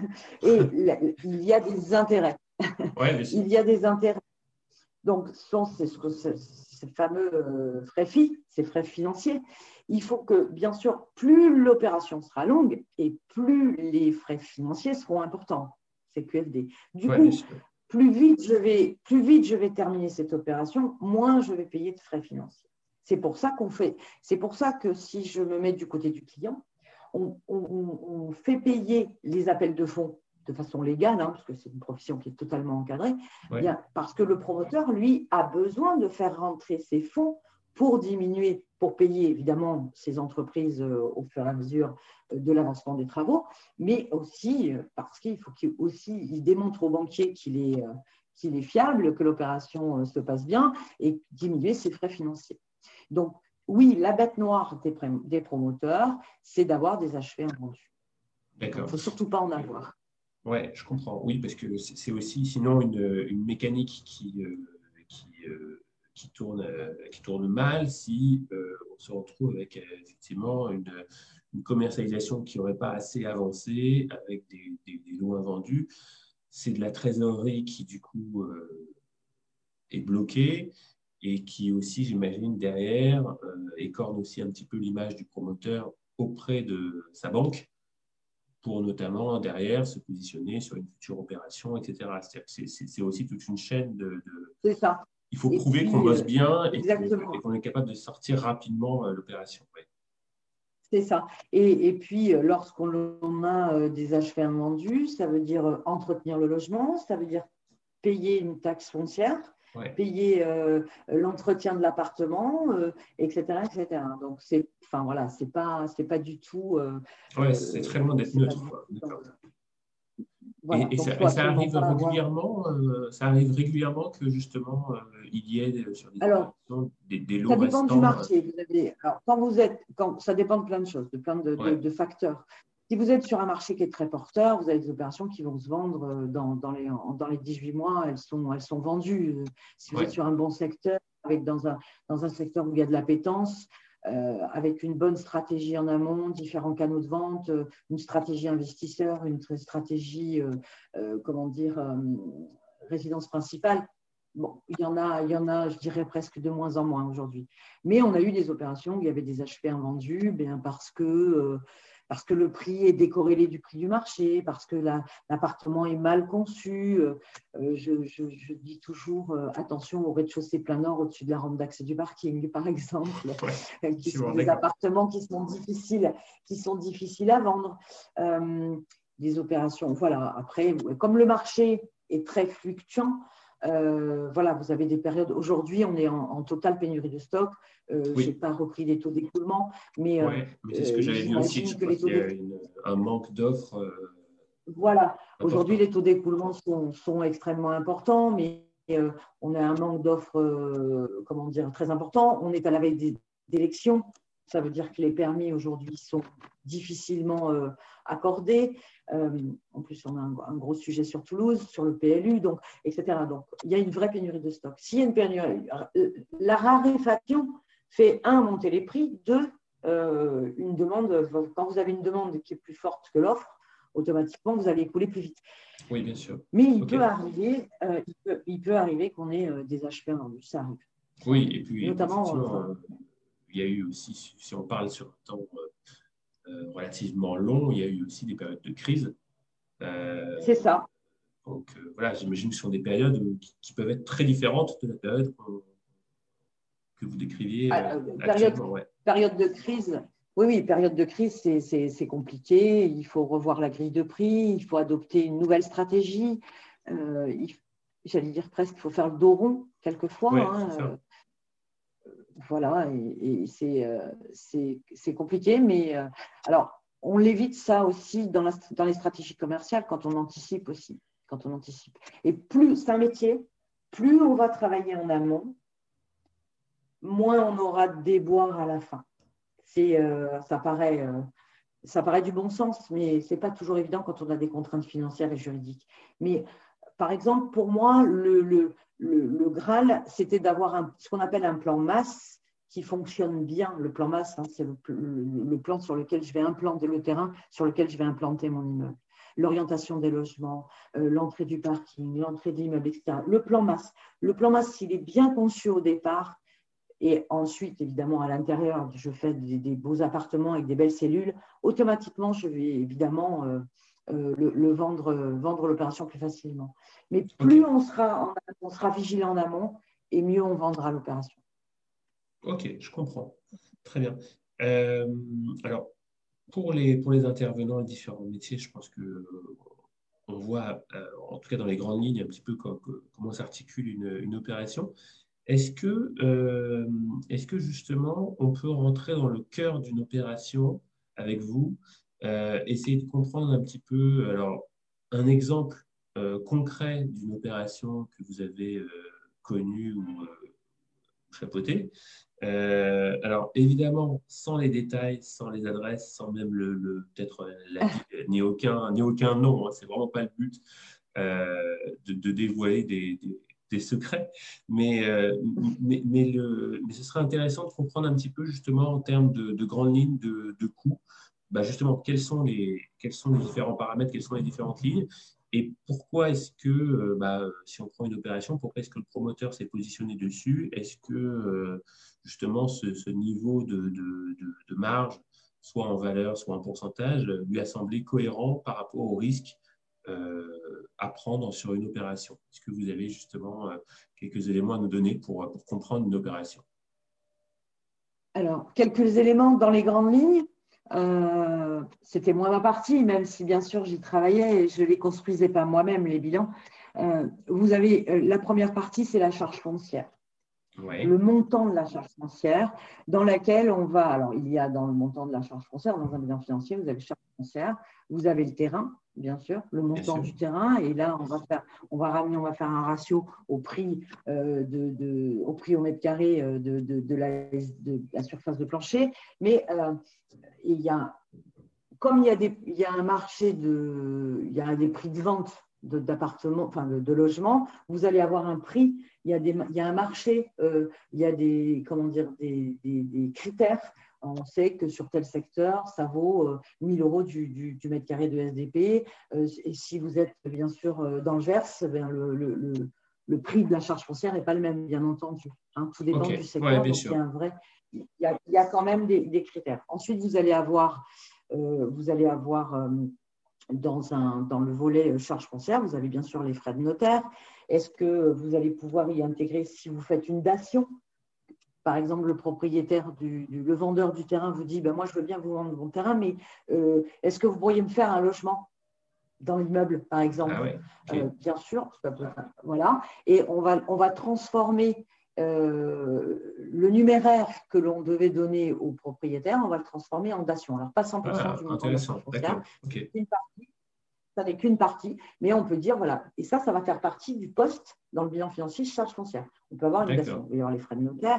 et il y a des intérêts. Ouais, il y a des intérêts. Donc, c'est ce que ces fameux frais F I, ces frais financiers. Il faut que, bien sûr, plus l'opération sera longue et plus les frais financiers seront importants. C'est Q F D. Du ouais, coup, plus vite, je vais, plus vite je vais terminer cette opération, moins je vais payer de frais financiers. C'est pour ça qu'on fait. C'est pour ça que si je me mets du côté du client, on, on, on fait payer les appels de fonds de façon légale, hein, parce que c'est une profession qui est totalement encadrée, ouais. bien, parce que le promoteur, lui, a besoin de faire rentrer ses fonds pour diminuer, pour payer évidemment ses entreprises euh, au fur et à mesure euh, de l'avancement des travaux, mais aussi euh, parce qu'il faut qu'il aussi il démontre au banquier qu'il est, euh, qu'il est fiable, que l'opération euh, se passe bien et diminuer ses frais financiers. Donc, oui, la bête noire des, des promoteurs, c'est d'avoir des achevés invendus. D'accord. Il ne faut surtout pas en avoir. Ouais, je comprends. Oui, parce que c'est aussi sinon une, une mécanique qui, euh, qui, euh, qui, tourne, euh, qui tourne mal si euh, on se retrouve avec euh, effectivement une, une commercialisation qui n'aurait pas assez avancé, avec des, des, des lots invendus. C'est de la trésorerie qui, du coup, euh, est bloquée et qui aussi, j'imagine, derrière, euh, écorne aussi un petit peu l'image du promoteur auprès de sa banque, pour notamment derrière se positionner sur une future opération, et cetera. C'est aussi toute une chaîne de… de... C'est ça. Il faut et prouver qu'on bosse bien et qu'on qu est capable de sortir rapidement euh, l'opération. Ouais. C'est ça. Et, et puis, lorsqu'on a des achevés invendus, ça veut dire entretenir le logement, ça veut dire payer une taxe foncière, ouais. payer euh, l'entretien de l'appartement, euh, et cetera, et cetera. Donc, c'est, enfin voilà, c'est pas, c'est pas du tout. Euh, ouais, c'est très loin d'être neutre. Voilà, et, et, ça, et ça arrive régulièrement, euh, ça arrive régulièrement que justement euh, il y ait sur des, alors, des, des lots ça dépend restants, du marché. Vous avez, alors, quand vous êtes, quand, ça dépend de plein de choses, de plein de, ouais. de, de facteurs. Si vous êtes sur un marché qui est très porteur, vous avez des opérations qui vont se vendre dans, dans, les, dans les dix-huit mois, elles sont, elles sont vendues. Si vous ouais. êtes sur un bon secteur, avec dans, un, dans un secteur où il y a de l'appétence, euh, avec une bonne stratégie en amont, différents canaux de vente, une stratégie investisseur, une stratégie, euh, euh, comment dire, euh, résidence principale. Bon, il y en a, il y en a, je dirais presque de moins en moins aujourd'hui. Mais on a eu des opérations où il y avait des achevés invendus, bien parce que euh, parce que le prix est décorrélé du prix du marché, parce que l'appartement est mal conçu. Euh, je, je, je dis toujours euh, attention au rez-de-chaussée plein nord au-dessus de la rampe d'accès du parking, par exemple, ouais, qui sont des appartements qui sont difficiles, qui sont difficiles à vendre. Euh, des opérations, voilà. Après, comme le marché est très fluctuant. Euh, voilà, vous avez des périodes. Aujourd'hui, on est en, en totale pénurie de stock. Euh, oui. Je n'ai pas repris les taux d'écoulement, mais, ouais, mais c'est ce que j'avais vu aussi. Je que les taux il y a une, un manque d'offres. Euh, voilà. Aujourd'hui, les taux d'écoulement sont, sont extrêmement importants, mais euh, on a un manque d'offres, euh, comment dire, très important. On est à la veille d'élections. Ça veut dire que les permis aujourd'hui sont difficilement euh, accordés. Euh, en plus, on a un, un gros sujet sur Toulouse, sur le P L U, donc, et cetera. Donc, il y a une vraie pénurie de stock. S'il y a une pénurie, la raréfaction fait, un, monter les prix, deux, euh, une demande, quand vous avez une demande qui est plus forte que l'offre, automatiquement, vous allez écouler plus vite. Oui, bien sûr. Mais il Okay. peut arriver, euh, il peut, il peut arriver qu'on ait euh, des H P invendus, ça arrive. Oui, et puis notamment, euh, il y a eu aussi, si on parle sur un temps euh, relativement long, il y a eu aussi des périodes de crise. Euh, C'est ça. Donc euh, voilà, j'imagine que ce sont des périodes qui, qui peuvent être très différentes de la période que vous décriviez euh, euh, actuellement. Période, ouais. période de crise. Oui, oui, période de crise, c'est compliqué. Il faut revoir la grille de prix, il faut adopter une nouvelle stratégie. Euh, J'allais dire presque, il faut faire le dos rond quelquefois. Ouais, hein, euh, voilà, et, et c'est euh, compliqué. Mais euh, alors, on l'évite ça aussi dans, la, dans les stratégies commerciales quand on anticipe aussi. Quand on anticipe. Et plus c'est un métier, plus on va travailler en amont, moins on aura de déboires à la fin. Euh, ça, paraît, euh, ça paraît du bon sens, mais ce n'est pas toujours évident quand on a des contraintes financières et juridiques. Mais par exemple, pour moi, le, le, le, le Graal, c'était d'avoir ce qu'on appelle un plan masse qui fonctionne bien. Le plan masse, hein, c'est le, le, le plan sur lequel je vais implanter le terrain, sur lequel je vais implanter mon immeuble. L'orientation des logements, euh, l'entrée du parking, l'entrée de l'immeuble, et cetera. Le plan masse. Le plan masse, s'il est bien conçu au départ, et ensuite, évidemment, à l'intérieur, je fais des, des beaux appartements avec des belles cellules, automatiquement, je vais évidemment euh, euh, le, le vendre, euh, vendre l'opération plus facilement. Mais plus okay. on, sera en, on sera vigilant en amont, et mieux on vendra l'opération. Ok, je comprends. Très bien. Euh, alors, pour les, pour les intervenants, les différents métiers, je pense que euh, on voit, euh, en tout cas dans les grandes lignes, un petit peu comment, comment s'articule une, une opération. Est-ce que, euh, est-ce que justement, on peut rentrer dans le cœur d'une opération avec vous, euh, essayer de comprendre un petit peu, alors, un exemple euh, concret d'une opération que vous avez euh, connue ou euh, chapeautée. Euh, alors, évidemment, sans les détails, sans les adresses, sans même le, le peut-être ni aucun, ni aucun nom, hein, c'est vraiment pas le but euh, de, de dévoiler des, des des secrets, mais, euh, mais, mais, le, mais ce serait intéressant de comprendre un petit peu justement en termes de, de grandes lignes de, de coûts, bah justement quels sont, les, quels sont les différents paramètres, quelles sont les différentes lignes, et pourquoi est-ce que, bah, si on prend une opération, pourquoi est-ce que le promoteur s'est positionné dessus? Est-ce que euh, justement ce, ce niveau de, de, de, de marge, soit en valeur, soit en pourcentage, lui a semblé cohérent par rapport au risque Euh, à prendre sur une opération? Est-ce que vous avez justement euh, quelques éléments à nous donner pour, pour comprendre une opération? Alors, quelques éléments dans les grandes lignes. Euh, C'était moi ma partie, même si bien sûr j'y travaillais et je ne les construisais pas moi-même, les bilans. Euh, vous avez euh, la première partie, c'est la charge foncière. Ouais. Le montant de la charge foncière, dans laquelle on va, alors il y a dans le montant de la charge foncière, dans un bilan financier, vous avez la charge foncière, vous avez le terrain, bien sûr, le montant du terrain, et là on va faire, on va ramener, on va faire un ratio au prix, euh, de, de, au prix au mètre carré de, de, de, la, de la surface de plancher, mais euh, il y a, comme il y a, des, il y a un marché de, il y a des prix de vente d'appartements, enfin de, de logements, vous allez avoir un prix, il y a, des, il y a un marché, euh, il y a des, comment dire, des, des, des critères. On sait que sur tel secteur, ça vaut euh, mille euros du, du, du mètre carré de S D P. Euh, et si vous êtes bien sûr euh, dans le Gers, ben, le, le, le, le prix de la charge foncière n'est pas le même, bien entendu. Hein, tout dépend okay. du secteur. Ouais, donc il y a un vrai, il y a, il y a quand même des, des critères. Ensuite, vous allez avoir, euh, vous allez avoir euh, Dans, un, dans le volet charges foncières, vous avez bien sûr les frais de notaire. Est-ce que vous allez pouvoir y intégrer si vous faites une dation? Par exemple, le propriétaire, du, du, le vendeur du terrain vous dit ben, « moi, je veux bien vous vendre mon terrain, mais euh, est-ce que vous pourriez me faire un logement dans l'immeuble, par exemple ?» Ah ouais, okay. euh, Bien sûr, ça peut, voilà. Et on va, on va transformer euh, le numéraire que l'on devait donner au propriétaire, on va le transformer en dation. Alors, pas cent pour cent ah, du montant de la charge foncière, okay. une partie. Ça n'est qu'une partie, mais on peut dire, voilà, et ça, ça va faire partie du poste dans le bilan financier charge foncière. On peut avoir une dation, il va y avoir les frais de notaire,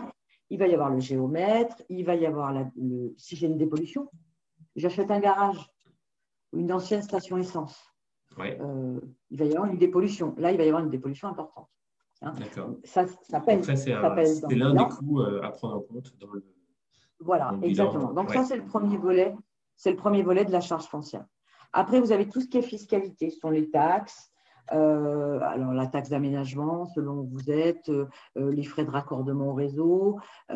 il va y avoir le géomètre, il va y avoir, la, le, si j'ai une dépollution, j'achète un garage ou une ancienne station essence. Ouais. Euh, il va y avoir une dépollution. Là, il va y avoir une dépollution importante. Hein. D'accord. Ça, ça pèse. Donc ça, c'est, ça un, pèse c'est l'un des coûts euh, à prendre en compte dans le Voilà, dans le exactement. bilan. Donc Ouais. ça, c'est le premier volet. C'est le premier volet de la charge foncière. Après, vous avez tout ce qui est fiscalité. Ce sont les taxes. Euh, alors, la taxe d'aménagement, selon où vous êtes, euh, les frais de raccordement au réseau.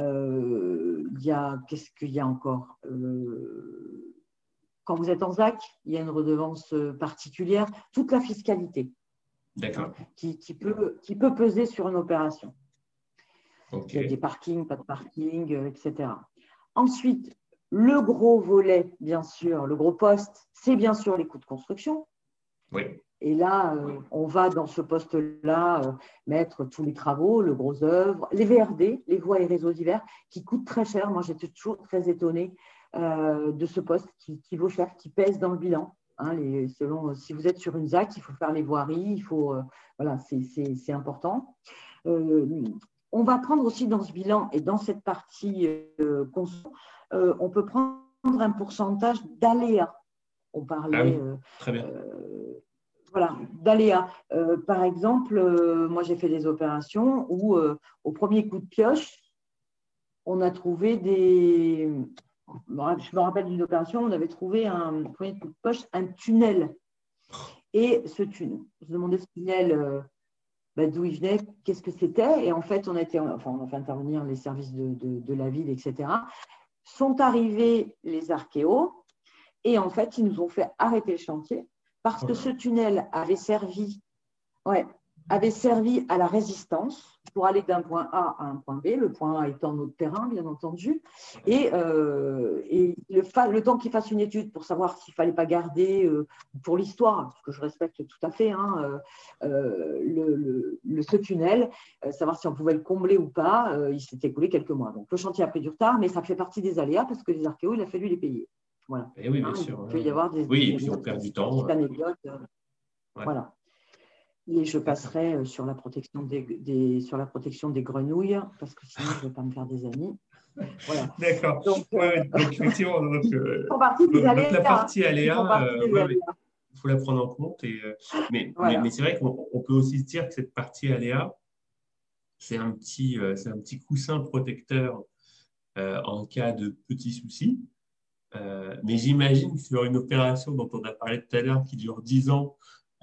Euh, il y a, qu'est-ce qu'il y a encore euh, Quand vous êtes en Z A C, il y a une redevance particulière. Toute la fiscalité D'accord. hein, qui, qui, peut, qui peut peser sur une opération. Okay. Il y a des parkings, pas de parking, euh, et cetera. Ensuite, le gros volet, bien sûr, le gros poste, c'est bien sûr les coûts de construction. Oui. Et là, euh, on va dans ce poste-là euh, mettre tous les travaux, le gros œuvre, les V R D, les voies et réseaux divers, qui coûtent très cher. Moi, j'étais toujours très étonnée euh, de ce poste qui, qui vaut cher, qui pèse dans le bilan. Hein, les, selon, si vous êtes sur une Z A C, il faut faire les voiries, il faut, euh, voilà, c'est, c'est, c'est important. Euh, on va prendre aussi dans ce bilan et dans cette partie euh, conso, euh, on peut prendre un pourcentage d'aléas. On parlait. Ah oui, euh, très bien. Euh, Voilà, d'aléas. Euh, par exemple, euh, moi j'ai fait des opérations où euh, au premier coup de pioche, on a trouvé des. Je me rappelle d'une opération, on avait trouvé un au premier coup de pioche un tunnel. Et ce tunnel, on se demandait ce tunnel euh, bah, d'où il venait, qu'est-ce que c'était. Et en fait, on a, été, enfin, on a fait intervenir les services de, de, de la ville, et cetera. Sont arrivés les archéos et en fait, ils nous ont fait arrêter le chantier. Parce que ce tunnel avait servi, ouais, avait servi à la résistance pour aller d'un point A à un point B, le point A étant notre terrain, bien entendu. Et, euh, et le, le temps qu'il fasse une étude pour savoir s'il ne fallait pas garder, euh, pour l'histoire, ce que je respecte tout à fait, hein, euh, le, le, le, ce tunnel, euh, savoir si on pouvait le combler ou pas, euh, il s'est écoulé quelques mois. Donc le chantier a pris du retard, mais ça fait partie des aléas parce que les archéos, il a fallu les payer. Voilà. Et oui, bien hein, sûr. Il peut y avoir des, oui, des et puis on perd du temps. Anecdotes. Euh, ouais. Voilà. Et je passerai sur la protection des, des, sur la protection des grenouilles, parce que sinon, je ne vais pas me faire des amis. Voilà. D'accord. Donc, ouais, euh... donc, effectivement, donc, euh, donc, donc la partie aléa, euh, ouais, ouais, il faut la prendre en compte. Et, euh, mais voilà. mais, mais c'est vrai qu'on on peut aussi se dire que cette partie aléa, c'est un, petit, euh, c'est un petit coussin protecteur euh, en cas de petits soucis. Euh, mais j'imagine sur une opération dont on a parlé tout à l'heure qui dure dix ans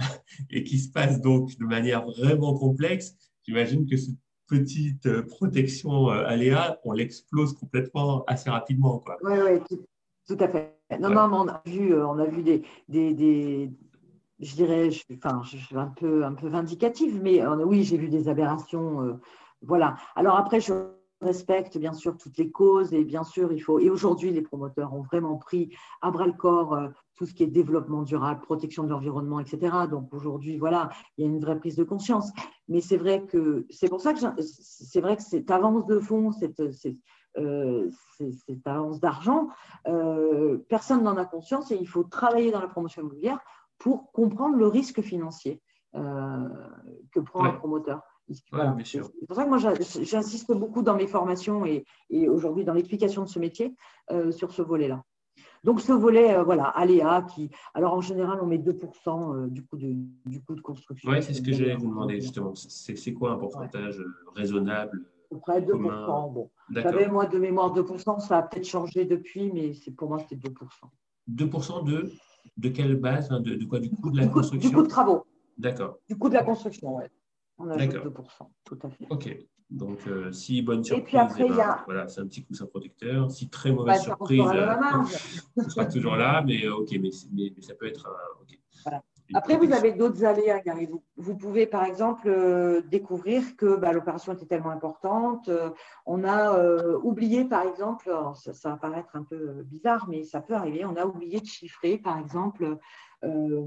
et qui se passe donc de manière vraiment complexe, j'imagine que cette petite euh, protection euh, aléa, on l'explose complètement assez rapidement. Oui, oui, tout, tout à fait. Non, ouais. non, mais on a vu, on a vu des, des, des je dirais, je, enfin, je suis un peu, un peu vindicative, mais euh, oui, j'ai vu des aberrations. Euh, voilà. Alors après, je respecte bien sûr toutes les causes et bien sûr, il faut. Et aujourd'hui, les promoteurs ont vraiment pris à bras le corps euh, tout ce qui est développement durable, protection de l'environnement, et cetera. Donc aujourd'hui, voilà, il y a une vraie prise de conscience. Mais c'est vrai que c'est pour ça que c'est vrai que cette avance de fonds, cette, cette, euh, cette avance d'argent, euh, personne n'en a conscience et il faut travailler dans la promotion immobilière pour comprendre le risque financier euh, que prend ouais. un promoteur. Voilà. Ouais, c'est pour ça que moi, j'insiste beaucoup dans mes formations et, et aujourd'hui dans l'explication de ce métier euh, sur ce volet-là. Donc, ce volet, euh, voilà, aléa, qui, alors en général, on met deux pour cent euh, du, coût de, du coût de construction. Oui, c'est ce que j'allais vous demander justement. C'est quoi un pourcentage ouais. raisonnable? À peu près deux pour cent. Bon. Vous savez, moi, de mémoire, deux pour cent, ça a peut-être changé depuis, mais pour moi, c'était deux pour cent. deux pour cent de, de quelle base? de, de quoi? Du coût de la du construction? Du coût de travaux. D'accord. Du coût de la construction, oui. On ajoute deux pour cent, tout à fait. OK. Donc, euh, si bonne surprise, et puis après, eh ben, a... voilà, c'est un petit coussin protecteur. Si très mauvaise bah, surprise, euh, ça sera toujours là, mais OK, mais, mais, mais ça peut être un. Okay. Voilà. Après, vous avez d'autres aléas, Gary. Vous, vous pouvez, par exemple, euh, découvrir que bah, l'opération était tellement importante. Euh, on a euh, oublié, par exemple, ça, ça va paraître un peu bizarre, mais ça peut arriver, on a oublié de chiffrer, par exemple, euh,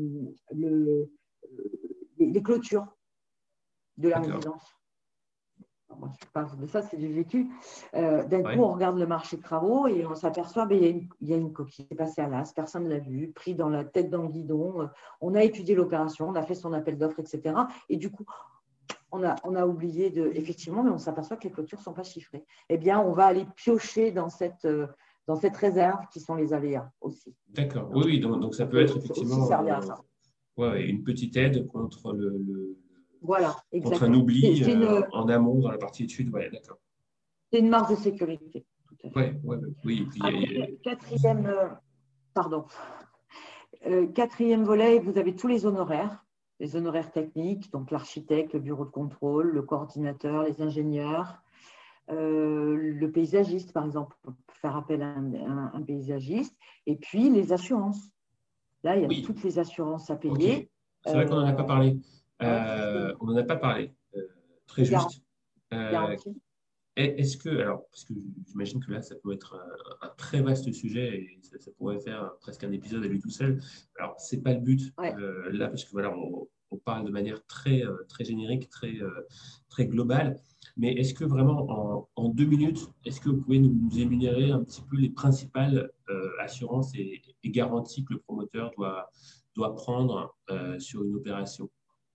le, les, les clôtures de la résidence. Moi, je parle de ça, c'est du vécu. Euh, D'un ouais. coup, on regarde le marché de travaux et on s'aperçoit qu'il ben, y, y a une coquille qui est passée à l'as, personne ne l'a vue, pris dans la tête dans le guidon. On a étudié l'opération, on a fait son appel d'offres, et cetera. Et du coup, on a, on a oublié de… Effectivement, mais on s'aperçoit que les clôtures ne sont pas chiffrées. Eh bien, on va aller piocher dans cette, dans cette réserve qui sont les aléas aussi. D'accord. Oui, oui, donc, donc ça peut être effectivement aussi servir à ça. Euh, ouais, une petite aide contre, le, le, voilà, contre un oubli c'est, c'est une, euh, en amont dans la partie étude. Ouais, d'accord. C'est une marge de sécurité. Oui, ouais, ouais, oui. Et puis, Après, il y a... quatrième, euh, pardon. Euh, quatrième volet, vous avez tous les honoraires, les honoraires techniques, donc l'architecte, le bureau de contrôle, le coordinateur, les ingénieurs, euh, le paysagiste, par exemple, faire appel à un, un, un paysagiste, et puis les assurances. Là, il y a oui. toutes les assurances à payer. Okay. C'est vrai qu'on n'en a pas parlé. Euh, on n'en a pas parlé. Euh, très les juste. Euh, Est-ce que, alors, parce que j'imagine que là, ça peut être un, un très vaste sujet et ça, ça pourrait faire presque un épisode à lui tout seul. Alors, ce n'est pas le but ouais. euh, là, parce que voilà, on, on parle de manière très, très générique, très, très globale. Mais est-ce que vraiment, en, en deux minutes, est-ce que vous pouvez nous, nous énumérer un petit peu les principales euh, assurances et, et garanties que le promoteur doit, doit prendre euh, sur une opération ?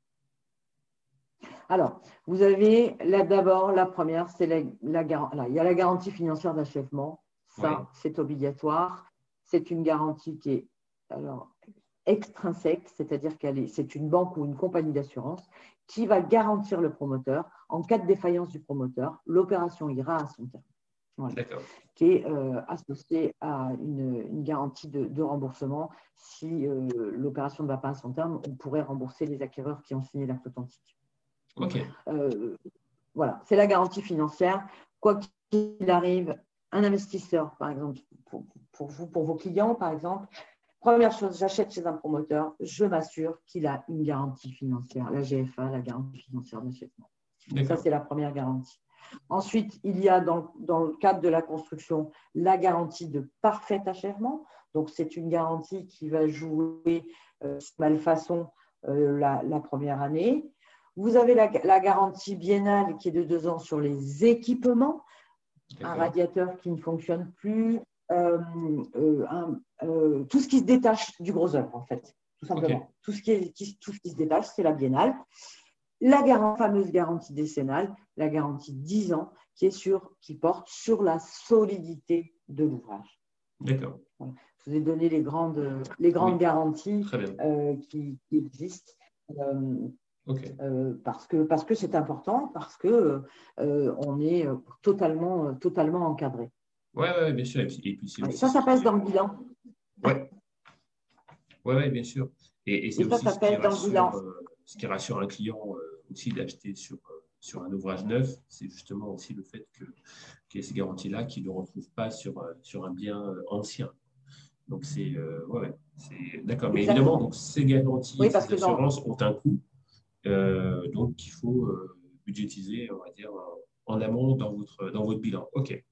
Alors, vous avez là d'abord, la première, c'est la, la, là, il y a la garantie financière d'achèvement. Ça, ouais. c'est obligatoire. C'est une garantie qui est alors, extrinsèque, c'est-à-dire qu'elle est, c'est une banque ou une compagnie d'assurance qui va garantir le promoteur. En cas de défaillance du promoteur, l'opération ira à son terme. Voilà. Qui est euh, associée à une, une garantie de, de remboursement. Si euh, l'opération ne va pas à son terme, on pourrait rembourser les acquéreurs qui ont signé l'acte authentique. Okay. Euh, voilà, c'est la garantie financière. Quoi qu'il arrive, un investisseur, par exemple, pour, pour vous, pour vos clients, par exemple, première chose, j'achète chez un promoteur, je m'assure qu'il a une garantie financière, la G F A, la garantie financière d'achèvement. Ça, c'est la première garantie. Ensuite, il y a dans, dans le cadre de la construction la garantie de parfait achèvement. Donc, c'est une garantie qui va jouer euh, malfaçon euh, la, la première année. Vous avez la, la garantie biennale qui est de deux ans sur les équipements, un radiateur qui ne fonctionne plus, euh, euh, un, euh, tout ce qui se détache du gros œuvre, en fait, tout simplement. Okay. Tout, ce qui est, qui, tout ce qui se détache, c'est la biennale. La garantie, fameuse garantie décennale, la garantie dix ans, qui, est sur, qui porte sur la solidité de l'ouvrage. D'accord. Voilà. Je vous ai donné les grandes, les grandes oui. garanties euh, qui, qui existent. Euh, Okay. Euh, parce que parce que c'est important, parce que euh, on est totalement totalement encadré. Oui, ouais, bien sûr. Et puis, et puis c'est aussi ça, ça pèse dans le bilan. Oui, ouais, ouais, bien sûr. Et, et c'est et ça, aussi ça ce, qui rassure, euh, ce qui rassure un client euh, aussi d'acheter sur, euh, sur un ouvrage neuf, c'est justement aussi le fait que, qu'il y ait ces garanties-là qu'il ne retrouve pas sur, euh, sur un bien euh, ancien. Donc, c'est… Euh, ouais, ouais, c'est d'accord. Mais évidemment, donc, ces garanties oui, et ces assurances dans... ont un coût. Euh, donc, il faut euh, budgétiser, on va dire, en amont dans votre, dans votre bilan. OK.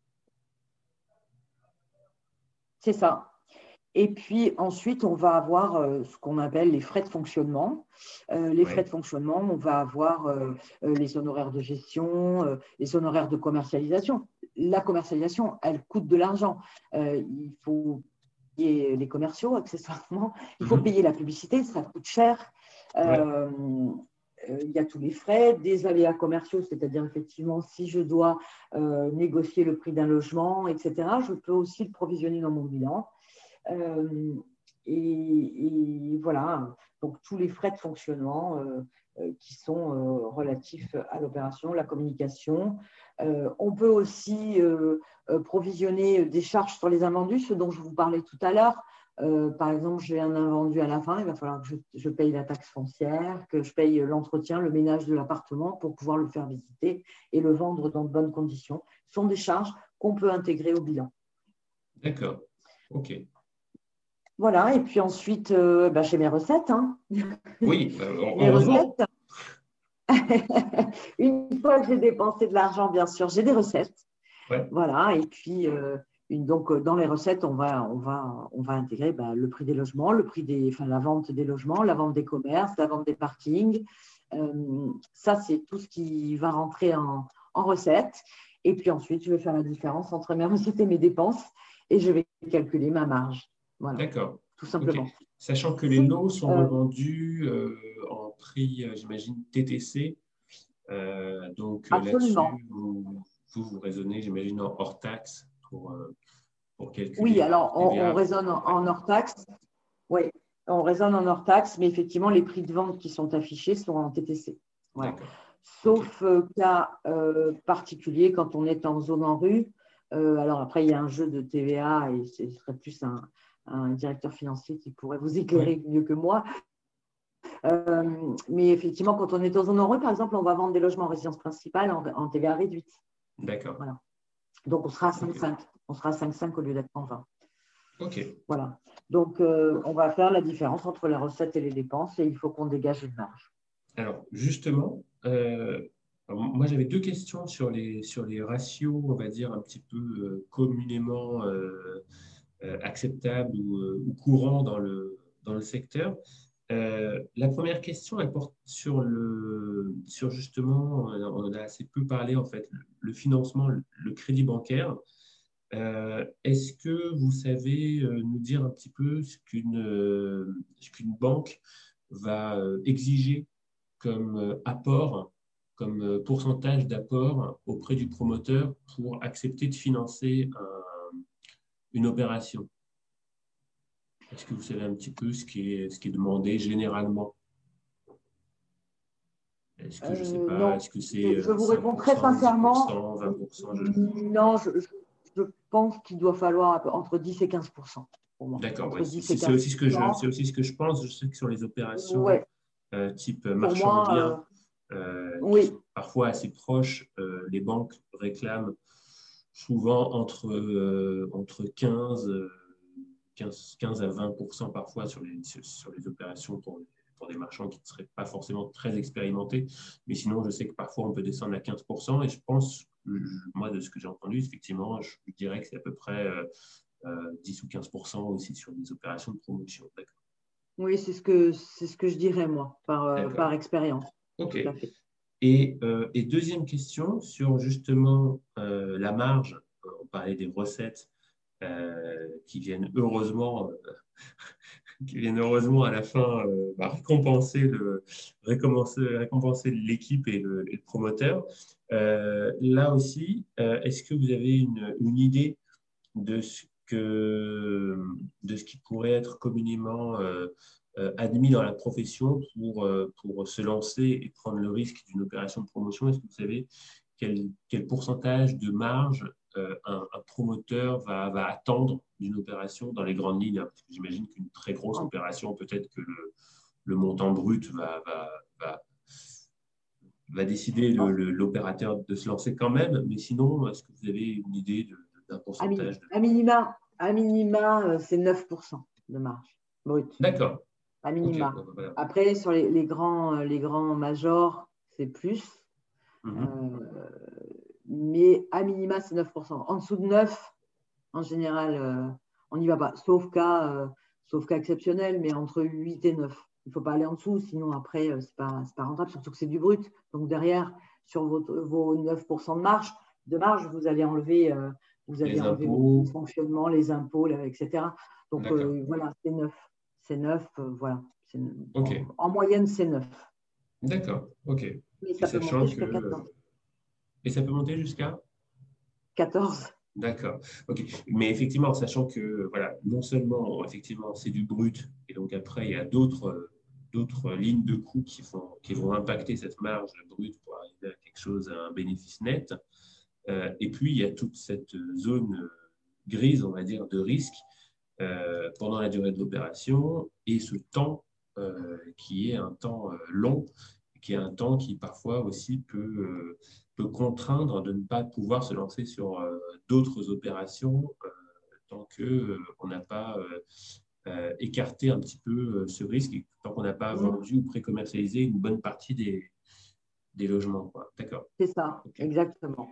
C'est ça. Et puis ensuite, on va avoir euh, ce qu'on appelle les frais de fonctionnement. Euh, les ouais. frais de fonctionnement, on va avoir euh, les honoraires de gestion, euh, les honoraires de commercialisation. La commercialisation, elle coûte de l'argent. Euh, il faut payer les commerciaux, accessoirement. Il faut mm-hmm. payer la publicité, ça coûte cher. Euh, ouais. Euh, il y a tous les frais, des aléas commerciaux, c'est-à-dire effectivement si je dois euh, négocier le prix d'un logement, et cetera, je peux aussi le provisionner dans mon bilan. Euh, et, et voilà, donc tous les frais de fonctionnement euh, euh, qui sont euh, relatifs à l'opération, la communication. Euh, on peut aussi euh, provisionner des charges sur les invendus, ce dont je vous parlais tout à l'heure. Euh, par exemple, j'ai un invendu à la fin, il va falloir que je, je paye la taxe foncière, que je paye l'entretien, le ménage de l'appartement pour pouvoir le faire visiter et le vendre dans de bonnes conditions. Ce sont des charges qu'on peut intégrer au bilan. D'accord, ok. Voilà, et puis ensuite, euh, ben, j'ai mes recettes. Hein. Oui, euh, mes recettes. Une fois que j'ai dépensé de l'argent, bien sûr, j'ai des recettes. Ouais. Voilà, et puis… Euh, Une, donc, dans les recettes, on va, on va, on va intégrer bah, le prix des logements, le prix des, enfin, la vente des logements, la vente des commerces, la vente des parkings. Euh, ça, c'est tout ce qui va rentrer en, en recettes. Et puis ensuite, je vais faire la différence entre mes recettes et mes dépenses et je vais calculer ma marge. Voilà. D'accord. Tout simplement. Okay. Sachant que les lots sont euh, revendus euh, en prix, euh, j'imagine, T T C. Euh, donc Absolument. là-dessus, vous, vous, vous raisonnez, j'imagine, en hors taxe pour, euh, pour calculer Oui, alors la on, T V A. on raisonne en, en hors taxe. Oui, on raisonne en hors taxe, mais effectivement, les prix de vente qui sont affichés sont en T T C. Voilà. Sauf okay. cas euh, particulier quand on est en zone en rue. Euh, alors après, il y a un jeu de T V A et ce serait plus un, un directeur financier qui pourrait vous éclairer oui. mieux que moi. Euh, mais effectivement, quand on est en zone en rue, par exemple, on va vendre des logements en résidence principale en, en T V A réduite. D'accord. Voilà. Donc, on sera à cinq virgule cinq. Okay. On sera à cinq virgule cinq au lieu d'être en vingt. OK. Voilà. Donc, euh, on va faire la différence entre les recettes et les dépenses et il faut qu'on dégage une marge. Alors, justement, euh, alors moi, j'avais deux questions sur les, sur les ratios, on va dire, un petit peu euh, communément euh, euh, acceptables ou, euh, ou courants dans le, dans le secteur. Euh, la première question, elle porte sur, le, sur justement, on en a assez peu parlé, en fait, le, le financement, le, le crédit bancaire. Euh, est-ce que vous savez euh, nous dire un petit peu ce qu'une euh, ce qu'une banque va euh, exiger comme euh, apport, comme euh, pourcentage d'apport auprès du promoteur pour accepter de financer un, une opération? Est-ce que vous savez un petit peu ce qui est, ce qui est demandé généralement? Est-ce que je ne sais pas, euh, est-ce que c'est je, je vous réponds cinq pour cent, très sincèrement. dix pour cent, vingt pour cent je... Non, je, je pense qu'il doit falloir entre dix et quinze pour cent. D'accord, ouais. c'est aussi, ce que je, c'est aussi ce que je pense. Je sais que sur les opérations ouais. euh, type marchand de biens, euh, euh, oui. parfois assez proches, euh, les banques réclament souvent entre, euh, entre quinze, quinze, quinze à vingt pour cent parfois sur les, sur les opérations pour, pour des marchands qui ne seraient pas forcément très expérimentés. Mais sinon, je sais que parfois, on peut descendre à quinze pour cent. Et je pense, moi, de ce que j'ai entendu, effectivement, je dirais que c'est à peu près euh, euh, dix ou quinze pour cent aussi sur des opérations de promotion. D'accord. Oui, c'est ce que, c'est ce que je dirais, moi, par, euh, par expérience. OK. Tout à fait. Et, euh, et deuxième question sur justement euh, la marge. On parlait des recettes euh, qui viennent heureusement, euh, qui viennent heureusement à la fin euh, bah, récompenser le, récompenser, récompenser l'équipe et le, et le promoteur. Euh, là aussi, euh, est-ce que vous avez une, une idée de ce que de ce qui pourrait être communément euh, euh, admis dans la profession pour, euh, pour se lancer et prendre le risque d'une opération de promotion? Est-ce que vous savez quel, quel pourcentage de marge euh, un, un promoteur va, va attendre d'une opération dans les grandes lignes? Parce que j'imagine qu'une très grosse opération, peut-être que le, le montant brut va, va, va, va décider le, le, l'opérateur de se lancer quand même. Mais sinon, est-ce que vous avez une idée de d'un pourcentage? À minima, à minima c'est neuf pour cent de marge brute. D'accord. À minima. Okay. Voilà. Après, sur les, les, grands, les grands majors, c'est plus. Mm-hmm. euh, mais à minima, c'est neuf pour cent. En dessous de neuf, en général, euh, on n'y va pas. Sauf cas, euh, sauf cas exceptionnel, mais entre huit et neuf. Il ne faut pas aller en dessous, sinon après, euh, ce n'est pas, c'est pas rentable, surtout que c'est du brut. Donc derrière, sur votre, vos neuf pour cent de marge, de marge, vous allez enlever... Euh, Vous allez les enlever impôts. le fonctionnement, les impôts, là, et cetera. Donc euh, voilà, c'est neuf. C'est neuf, euh, voilà. C'est, okay. en, en moyenne, c'est neuf. D'accord, ok. Mais ça peut monter jusqu'à quatorze. Et ça peut monter jusqu'à quatorze. D'accord, ok. Mais effectivement, sachant que voilà, non seulement effectivement c'est du brut, et donc après il y a d'autres d'autres lignes de coûts qui, font, qui vont impacter cette marge brute pour arriver à quelque chose, à un bénéfice net. Euh, et puis, il y a toute cette zone grise, on va dire, de risque euh, pendant la durée de l'opération et ce temps euh, qui est un temps euh, long, qui est un temps qui parfois aussi peut, euh, peut contraindre de ne pas pouvoir se lancer sur euh, d'autres opérations euh, tant qu'on euh, n'a pas euh, euh, écarté un petit peu euh, ce risque et tant qu'on n'a pas mmh. vendu ou pré-commercialisé une bonne partie des, des logements. Quoi. D'accord. C'est ça, okay. Exactement.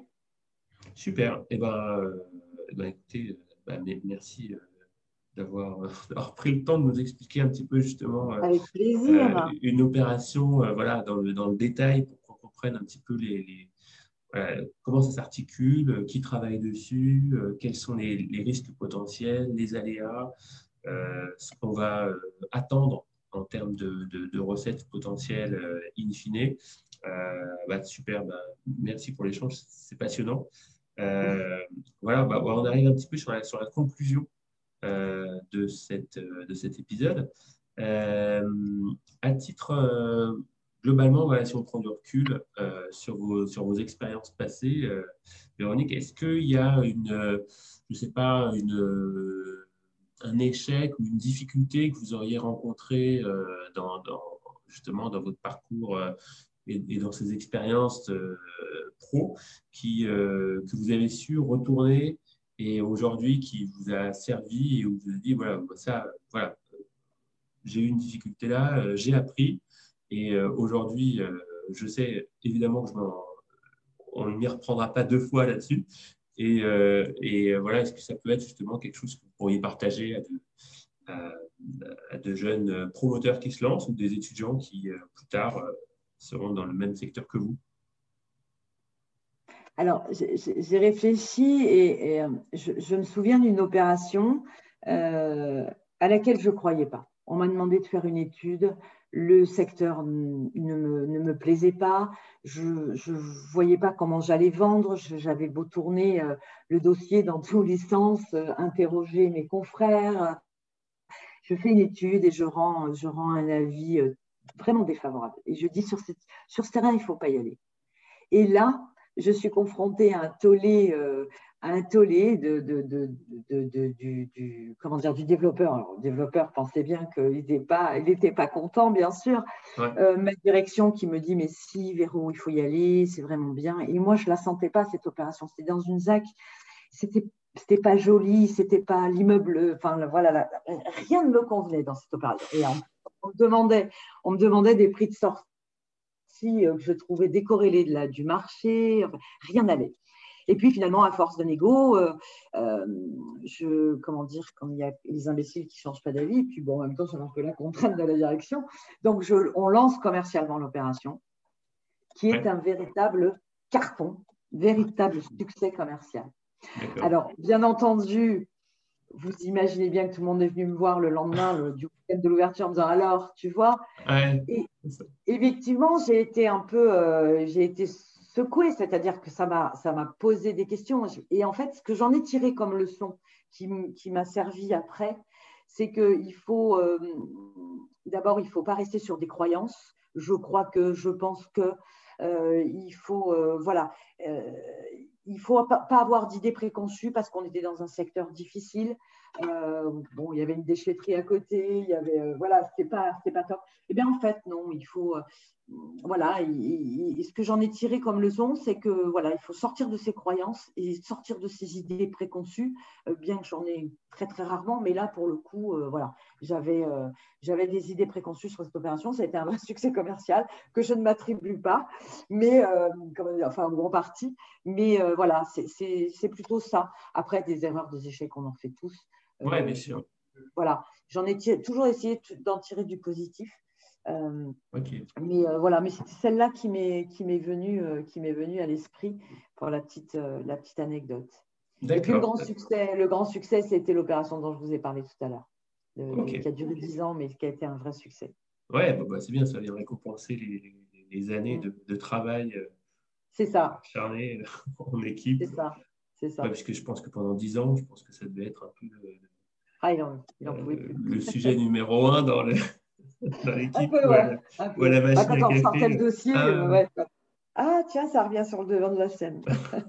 Super. Eh ben, euh, ben écoutez, ben, merci euh, d'avoir, euh, d'avoir pris le temps de nous expliquer un petit peu justement euh, Avec plaisir. Euh, une opération euh, voilà, dans, le, dans le détail pour qu'on comprenne un petit peu les, les, voilà, comment ça s'articule, euh, qui travaille dessus, euh, quels sont les, les risques potentiels, les aléas, euh, ce qu'on va euh, attendre en termes de, de, de recettes potentielles euh, in fine. Euh, Euh, bah, super, bah, merci pour l'échange, c'est passionnant. Euh, voilà, bah, on arrive un petit peu sur la, sur la conclusion euh, de, cette, de cet épisode. Euh, à titre euh, globalement, voilà, si on prend du recul euh, sur, vos, sur vos expériences passées, euh, Véronique, est-ce qu'il y a une, euh, je sais pas, une, euh, un échec ou une difficulté que vous auriez rencontré euh, dans, dans, justement dans votre parcours euh, et, et dans ces expériences euh, pro qui, euh, que vous avez su retourner et aujourd'hui qui vous a servi et où vous avez dit, voilà, ça, voilà, j'ai eu une difficulté là, euh, j'ai appris et euh, aujourd'hui, euh, je sais évidemment que je m'en, on n'y reprendra pas deux fois là-dessus. Et, euh, et euh, voilà, est-ce que ça peut être justement quelque chose que vous pourriez partager à de, à, à de jeunes promoteurs qui se lancent ou des étudiants qui, euh, plus tard, euh, seront dans le même secteur que vous? Alors, j'ai réfléchi et, et je, je me souviens d'une opération euh, à laquelle je ne croyais pas. On m'a demandé de faire une étude, le secteur ne me, ne me plaisait pas, je ne voyais pas comment j'allais vendre, j'avais beau tourner euh, le dossier dans tous les sens, euh, interroger mes confrères. Je fais une étude et je rends, je rends un avis euh, vraiment défavorable. Et je dis, sur, cette, sur ce terrain, il ne faut pas y aller. Et là, je suis confrontée à un tollé, euh, à un tollé de, de, de, de, de, du, du, comment dire, du développeur. Alors, le développeur pensait bien qu'il n'était pas, il n'était pas content, bien sûr. Ouais. Euh, ma direction qui me dit, mais si, Véro, il faut y aller, c'est vraiment bien. Et moi, je ne la sentais pas, cette opération. C'était dans une Z A C. C'était, c'était pas joli, c'était pas l'immeuble. Enfin, voilà, là, rien ne me convenait dans cette opération. Et on, on, me demandait, on me demandait des prix de sortie que je trouvais décorrélés de la, du marché, enfin, rien n'allait. Et puis finalement, à force de négo, euh, euh, je, comment dire, quand il y a les imbéciles qui ne changent pas d'avis, puis bon, en même temps, c'est un peu la contrainte de la direction. Donc, je, on lance commercialement l'opération, qui est ouais. un véritable carton, véritable succès commercial. Alors, bien entendu, vous imaginez bien que tout le monde est venu me voir le lendemain le, du week-end de l'ouverture en me disant alors, tu vois. Ouais. Et effectivement, j'ai été un peu, euh, j'ai été secouée, c'est-à-dire que ça m'a, ça m'a posé des questions. Et en fait, ce que j'en ai tiré comme leçon, qui, qui m'a servi après, c'est qu'il faut, euh, d'abord, il ne faut pas rester sur des croyances. Je crois que, je pense que, euh, il faut, euh, voilà. Euh, il ne faut pas avoir d'idées préconçues parce qu'on était dans un secteur difficile. Euh, bon, il y avait une déchetterie à côté, il y avait, euh, voilà, c'était pas, c'était pas top. Eh bien, en fait, non, il faut, euh, voilà, il, il, ce que j'en ai tiré comme leçon, c'est que, voilà, il faut sortir de ses croyances et sortir de ses idées préconçues, euh, bien que j'en ai très, très rarement, mais là, pour le coup, euh, voilà, j'avais, euh, j'avais des idées préconçues sur cette opération. Ça a été un vrai succès commercial que je ne m'attribue pas, mais, euh, comme, enfin, en grande partie, mais euh, voilà, c'est, c'est, c'est plutôt ça. Après, des erreurs, des échecs, on en fait tous. Euh, oui, bien sûr. Voilà, j'en ai tiré, toujours essayé d'en tirer du positif. Euh, okay. Mais euh, voilà, mais c'était celle-là qui m'est qui m'est venue euh, qui m'est venue à l'esprit pour la petite euh, la petite anecdote. Et puis le grand succès, le grand succès, c'était l'opération dont je vous ai parlé tout à l'heure, okay. qui a duré dix ans, mais qui a été un vrai succès. Ouais, bah, bah, c'est bien, ça vient récompenser les, les, les années mmh. de, de travail. Euh, c'est ça. Acharné en équipe. C'est ça. C'est ça. Ouais, parce que je pense que pendant dix ans, je pense que ça devait être un peu euh, ah, il en, il en euh, pouvait plus. le sujet numéro un dans le. Dans l'équipe, peu, ouais, la, ou à la machine bah, quand à café. on sortait le dossier, ah, euh, ouais. ah tiens, ça revient sur le devant de la scène.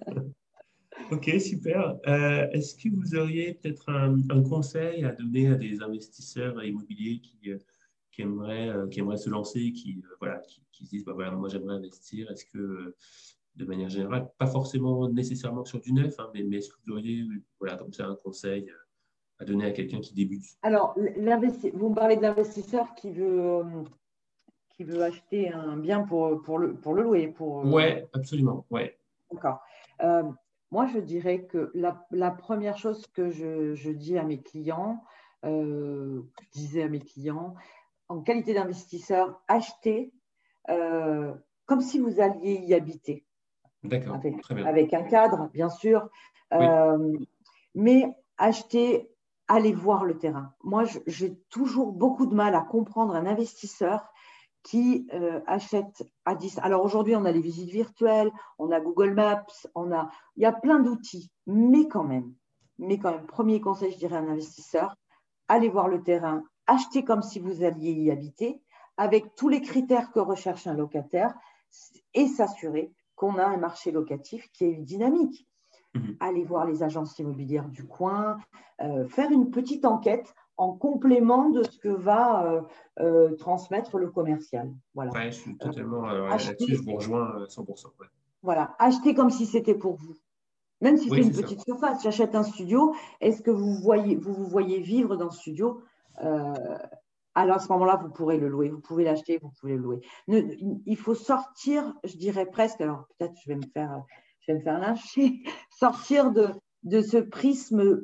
Ok, super. Euh, est-ce que vous auriez peut-être un, un conseil à donner à des investisseurs immobiliers qui, euh, qui, aimeraient, euh, qui aimeraient se lancer, qui, euh, voilà, qui, qui se disent, bah, voilà, moi j'aimerais investir. Est-ce que, euh, de manière générale, pas forcément nécessairement sur du neuf, hein, mais, mais est-ce que vous auriez voilà, comme ça un conseil à donner à quelqu'un qui débute? Alors, vous me parlez de l'investisseur qui veut, qui veut acheter un bien pour, pour, le, pour le louer. Pour... Oui, absolument. Ouais. D'accord. Euh, moi, je dirais que la, la première chose que je, je dis à mes clients, euh, je disais à mes clients, en qualité d'investisseur, achetez euh, comme si vous alliez y habiter. D'accord, avec, très bien. Avec un cadre, bien sûr. Oui. Euh, mais achetez, allez voir le terrain. Moi, je, j'ai toujours beaucoup de mal à comprendre un investisseur qui euh, achètent à dix. Alors aujourd'hui, on a les visites virtuelles, on a Google Maps, on a, il y a plein d'outils, mais quand même, mais quand même, premier conseil, je dirais à un investisseur, allez voir le terrain, achetez comme si vous alliez y habiter, avec tous les critères que recherche un locataire, et s'assurer qu'on a un marché locatif qui est dynamique. Mmh. Allez voir les agences immobilières du coin, euh, faire une petite enquête en complément de ce que va euh, euh, transmettre le commercial. Voilà. Ouais, je suis totalement euh, acheter, là-dessus, je vous rejoins à cent pour cent. Ouais. Voilà, achetez comme si c'était pour vous. Même si oui, c'est une c'est petite ça. surface, j'achète un studio, est-ce que vous voyez, vous, vous voyez vivre dans ce studio euh, alors à ce moment-là, vous pourrez le louer, vous pouvez l'acheter, vous pouvez le louer. Ne, il faut sortir, je dirais presque, alors peut-être je vais me faire, je vais me faire lyncher, sortir de, de ce prisme,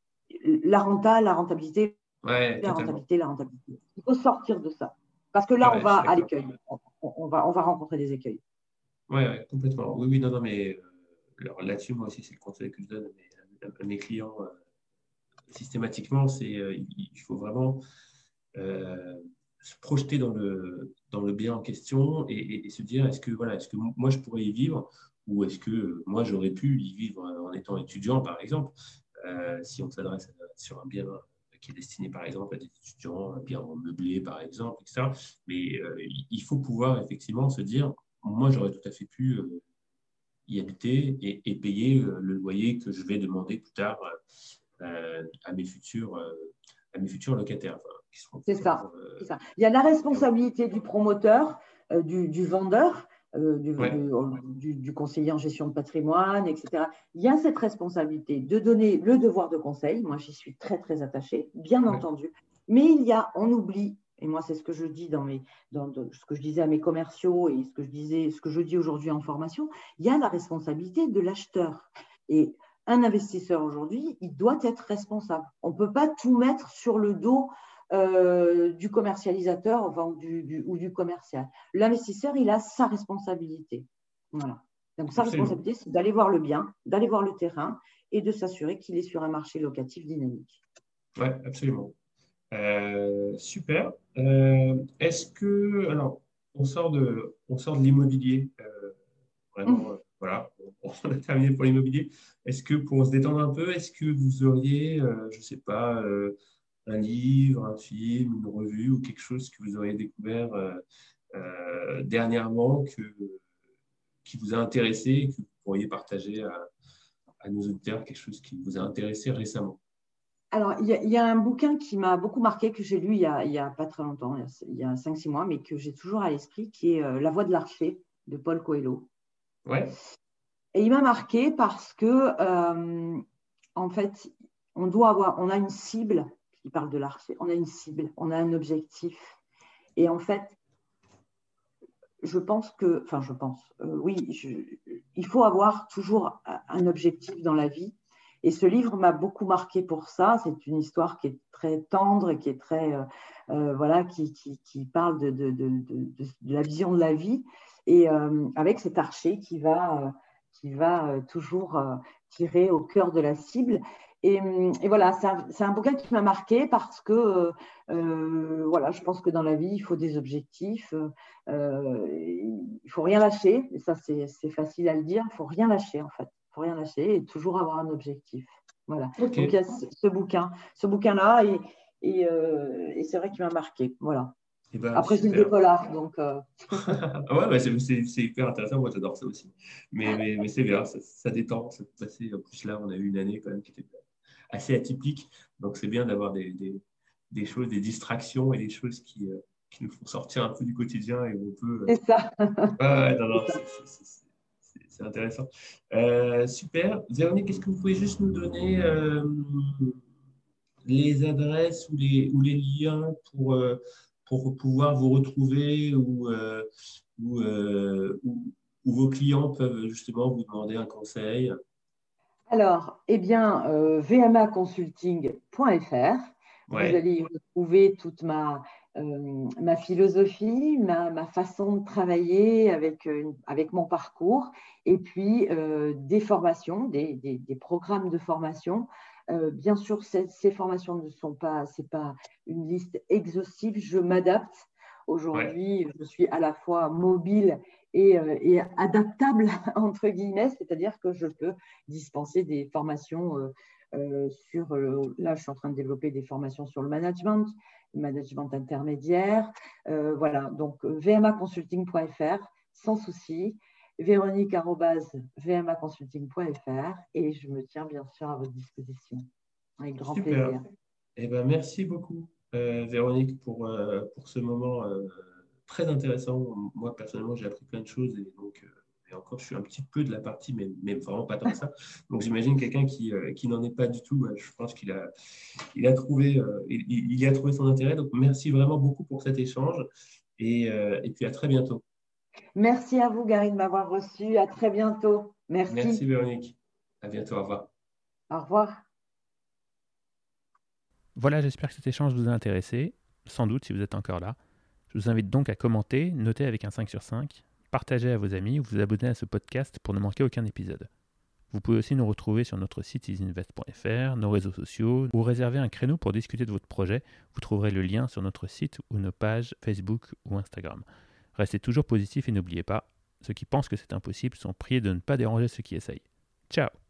la renta, la rentabilité, ouais, la totalement. rentabilité, la rentabilité. Il faut sortir de ça. Parce que là, ouais, on va à l'écueil, on, on, va, on va rencontrer des écueils. Oui, ouais, complètement. Oui, oui, non, non, mais alors, là-dessus, moi aussi, c'est le conseil que je donne à mes, à mes clients euh, systématiquement, c'est euh, il faut vraiment euh, se projeter dans le, dans le bien en question et, et, et se dire est-ce que, voilà, est-ce que moi je pourrais y vivre ou est-ce que moi j'aurais pu y vivre en étant étudiant par exemple euh, si on s'adresse sur un bien qui est destiné par exemple à des étudiants, un bien meublé par exemple, et cetera. Mais euh, il faut pouvoir effectivement se dire moi j'aurais tout à fait pu euh, y habiter et, et payer euh, le loyer que je vais demander plus tard euh, à mes futurs euh, à mes futurs locataires. Enfin, c'est ça, euh, ça. Il y a la responsabilité du promoteur, euh, du, du vendeur, euh, du, ouais. du, du conseiller en gestion de patrimoine, et cetera. Il y a cette responsabilité de donner le devoir de conseil. Moi, j'y suis très, très attachée, bien ouais. entendu. Mais il y a, on oublie, et moi, c'est ce que je dis dans mes, dans, dans ce que je disais à mes commerciaux et ce que je disais, ce que je dis aujourd'hui en formation, il y a la responsabilité de l'acheteur. Et un investisseur aujourd'hui, il doit être responsable. On ne peut pas tout mettre sur le dos euh, du commercialisateur enfin, ou, du, du, ou du commercial. L'investisseur, il a sa responsabilité. Voilà. Donc, sa Absolument. responsabilité, c'est d'aller voir le bien, d'aller voir le terrain et de s'assurer qu'il est sur un marché locatif dynamique. Oui, absolument. Euh, super. Euh, est-ce que, alors, on sort de, on sort de l'immobilier, euh, vraiment, mmh. Voilà, on a terminé pour l'immobilier. Est-ce que pour se détendre un peu, est-ce que vous auriez, euh, je ne sais pas, euh, un livre, un film, une revue ou quelque chose que vous auriez découvert euh, euh, dernièrement que, qui vous a intéressé et que vous pourriez partager à, à nos auditeurs, quelque chose qui vous a intéressé récemment? Alors, il y, y a un bouquin qui m'a beaucoup marqué, que j'ai lu il n'y a, a pas très longtemps, il y a cinq six mois, mais que j'ai toujours à l'esprit, qui est euh, La Voix de l'archer de Paul Coelho. Ouais. Et il m'a marqué parce que, euh, en fait, on doit avoir, on a une cible, il parle de l'archer, on a une cible, on a un objectif. Et en fait, je pense que, enfin, je pense, euh, oui, je, il faut avoir toujours un objectif dans la vie. Et ce livre m'a beaucoup marqué pour ça. C'est une histoire qui est très tendre et qui est très, euh, euh, voilà, qui, qui, qui parle de, de, de, de, de la vision de la vie. Et euh, avec cet archer qui va, euh, qui va euh, toujours euh, tirer au cœur de la cible. Et, et voilà, c'est un, c'est un bouquin qui m'a marqué parce que, euh, euh, voilà, je pense que dans la vie, il faut des objectifs. Euh, il ne faut rien lâcher. Et ça, c'est, c'est facile à le dire. Il ne faut rien lâcher, en fait. Il ne faut rien lâcher et toujours avoir un objectif. Voilà. Okay. Donc, il y a ce, ce bouquin, ce bouquin-là, et, et, euh, et c'est vrai qu'il m'a marqué. Voilà. Eh ben, après, c'est des polars, donc. Euh... ouais, bah c'est, c'est, c'est hyper intéressant. Moi, j'adore ça aussi. Mais, mais, mais c'est bien, ça, ça détend. Ça peut passer. En plus, là, on a eu une année quand même qui était assez atypique. Donc, c'est bien d'avoir des, des, des choses, des distractions et des choses qui, euh, qui nous font sortir un peu du quotidien et où on peut. Euh... C'est ça. Ouais, non, non, c'est, c'est, c'est, c'est, c'est intéressant. Euh, super. Véronique, est-ce que vous pouvez juste nous donner euh, les adresses ou les, ou les liens pour. Euh, pour pouvoir vous retrouver ou, euh, ou, euh, ou, ou vos clients peuvent justement vous demander un conseil? Alors, eh bien, euh, v m a consulting point f r, ouais. Vous allez y retrouver toute ma, euh, ma philosophie, ma, ma façon de travailler avec, euh, avec mon parcours, et puis euh, des formations, des, des, des programmes de formation. Euh, bien sûr, ces, ces formations ne sont pas, c'est pas une liste exhaustive, je m'adapte Aujourd'hui, ouais. je suis à la fois mobile et, euh, et adaptable, entre guillemets, c'est-à-dire que je peux dispenser des formations euh, euh, sur, euh, là je suis en train de développer des formations sur le management, le management intermédiaire, euh, voilà, donc v m a consulting point f r, sans souci, véronique arobase v m a consulting point f r, et je me tiens bien sûr à votre disposition, avec grand Super. plaisir. Eh ben, merci beaucoup, euh, Véronique, pour, euh, pour ce moment euh, très intéressant. Moi, personnellement, j'ai appris plein de choses et donc, euh, et encore, je suis un petit peu de la partie, mais, mais vraiment pas tant que ça. Donc, j'imagine quelqu'un qui, euh, qui n'en est pas du tout. Je pense qu'il a, il a, trouvé, euh, il, il y a trouvé son intérêt. Donc, merci vraiment beaucoup pour cet échange et, euh, et puis à très bientôt. Merci à vous, Gary, de m'avoir reçu. À très bientôt. Merci. Merci, Véronique. À bientôt. Au revoir. Au revoir. Voilà, j'espère que cet échange vous a intéressé, sans doute si vous êtes encore là. Je vous invite donc à commenter, noter avec un cinq sur cinq, partager à vos amis ou vous abonner à ce podcast pour ne manquer aucun épisode. Vous pouvez aussi nous retrouver sur notre site easy invest point f r, nos réseaux sociaux, ou réserver un créneau pour discuter de votre projet. Vous trouverez le lien sur notre site ou nos pages Facebook ou Instagram. Restez toujours positifs et n'oubliez pas, ceux qui pensent que c'est impossible sont priés de ne pas déranger ceux qui essayent. Ciao!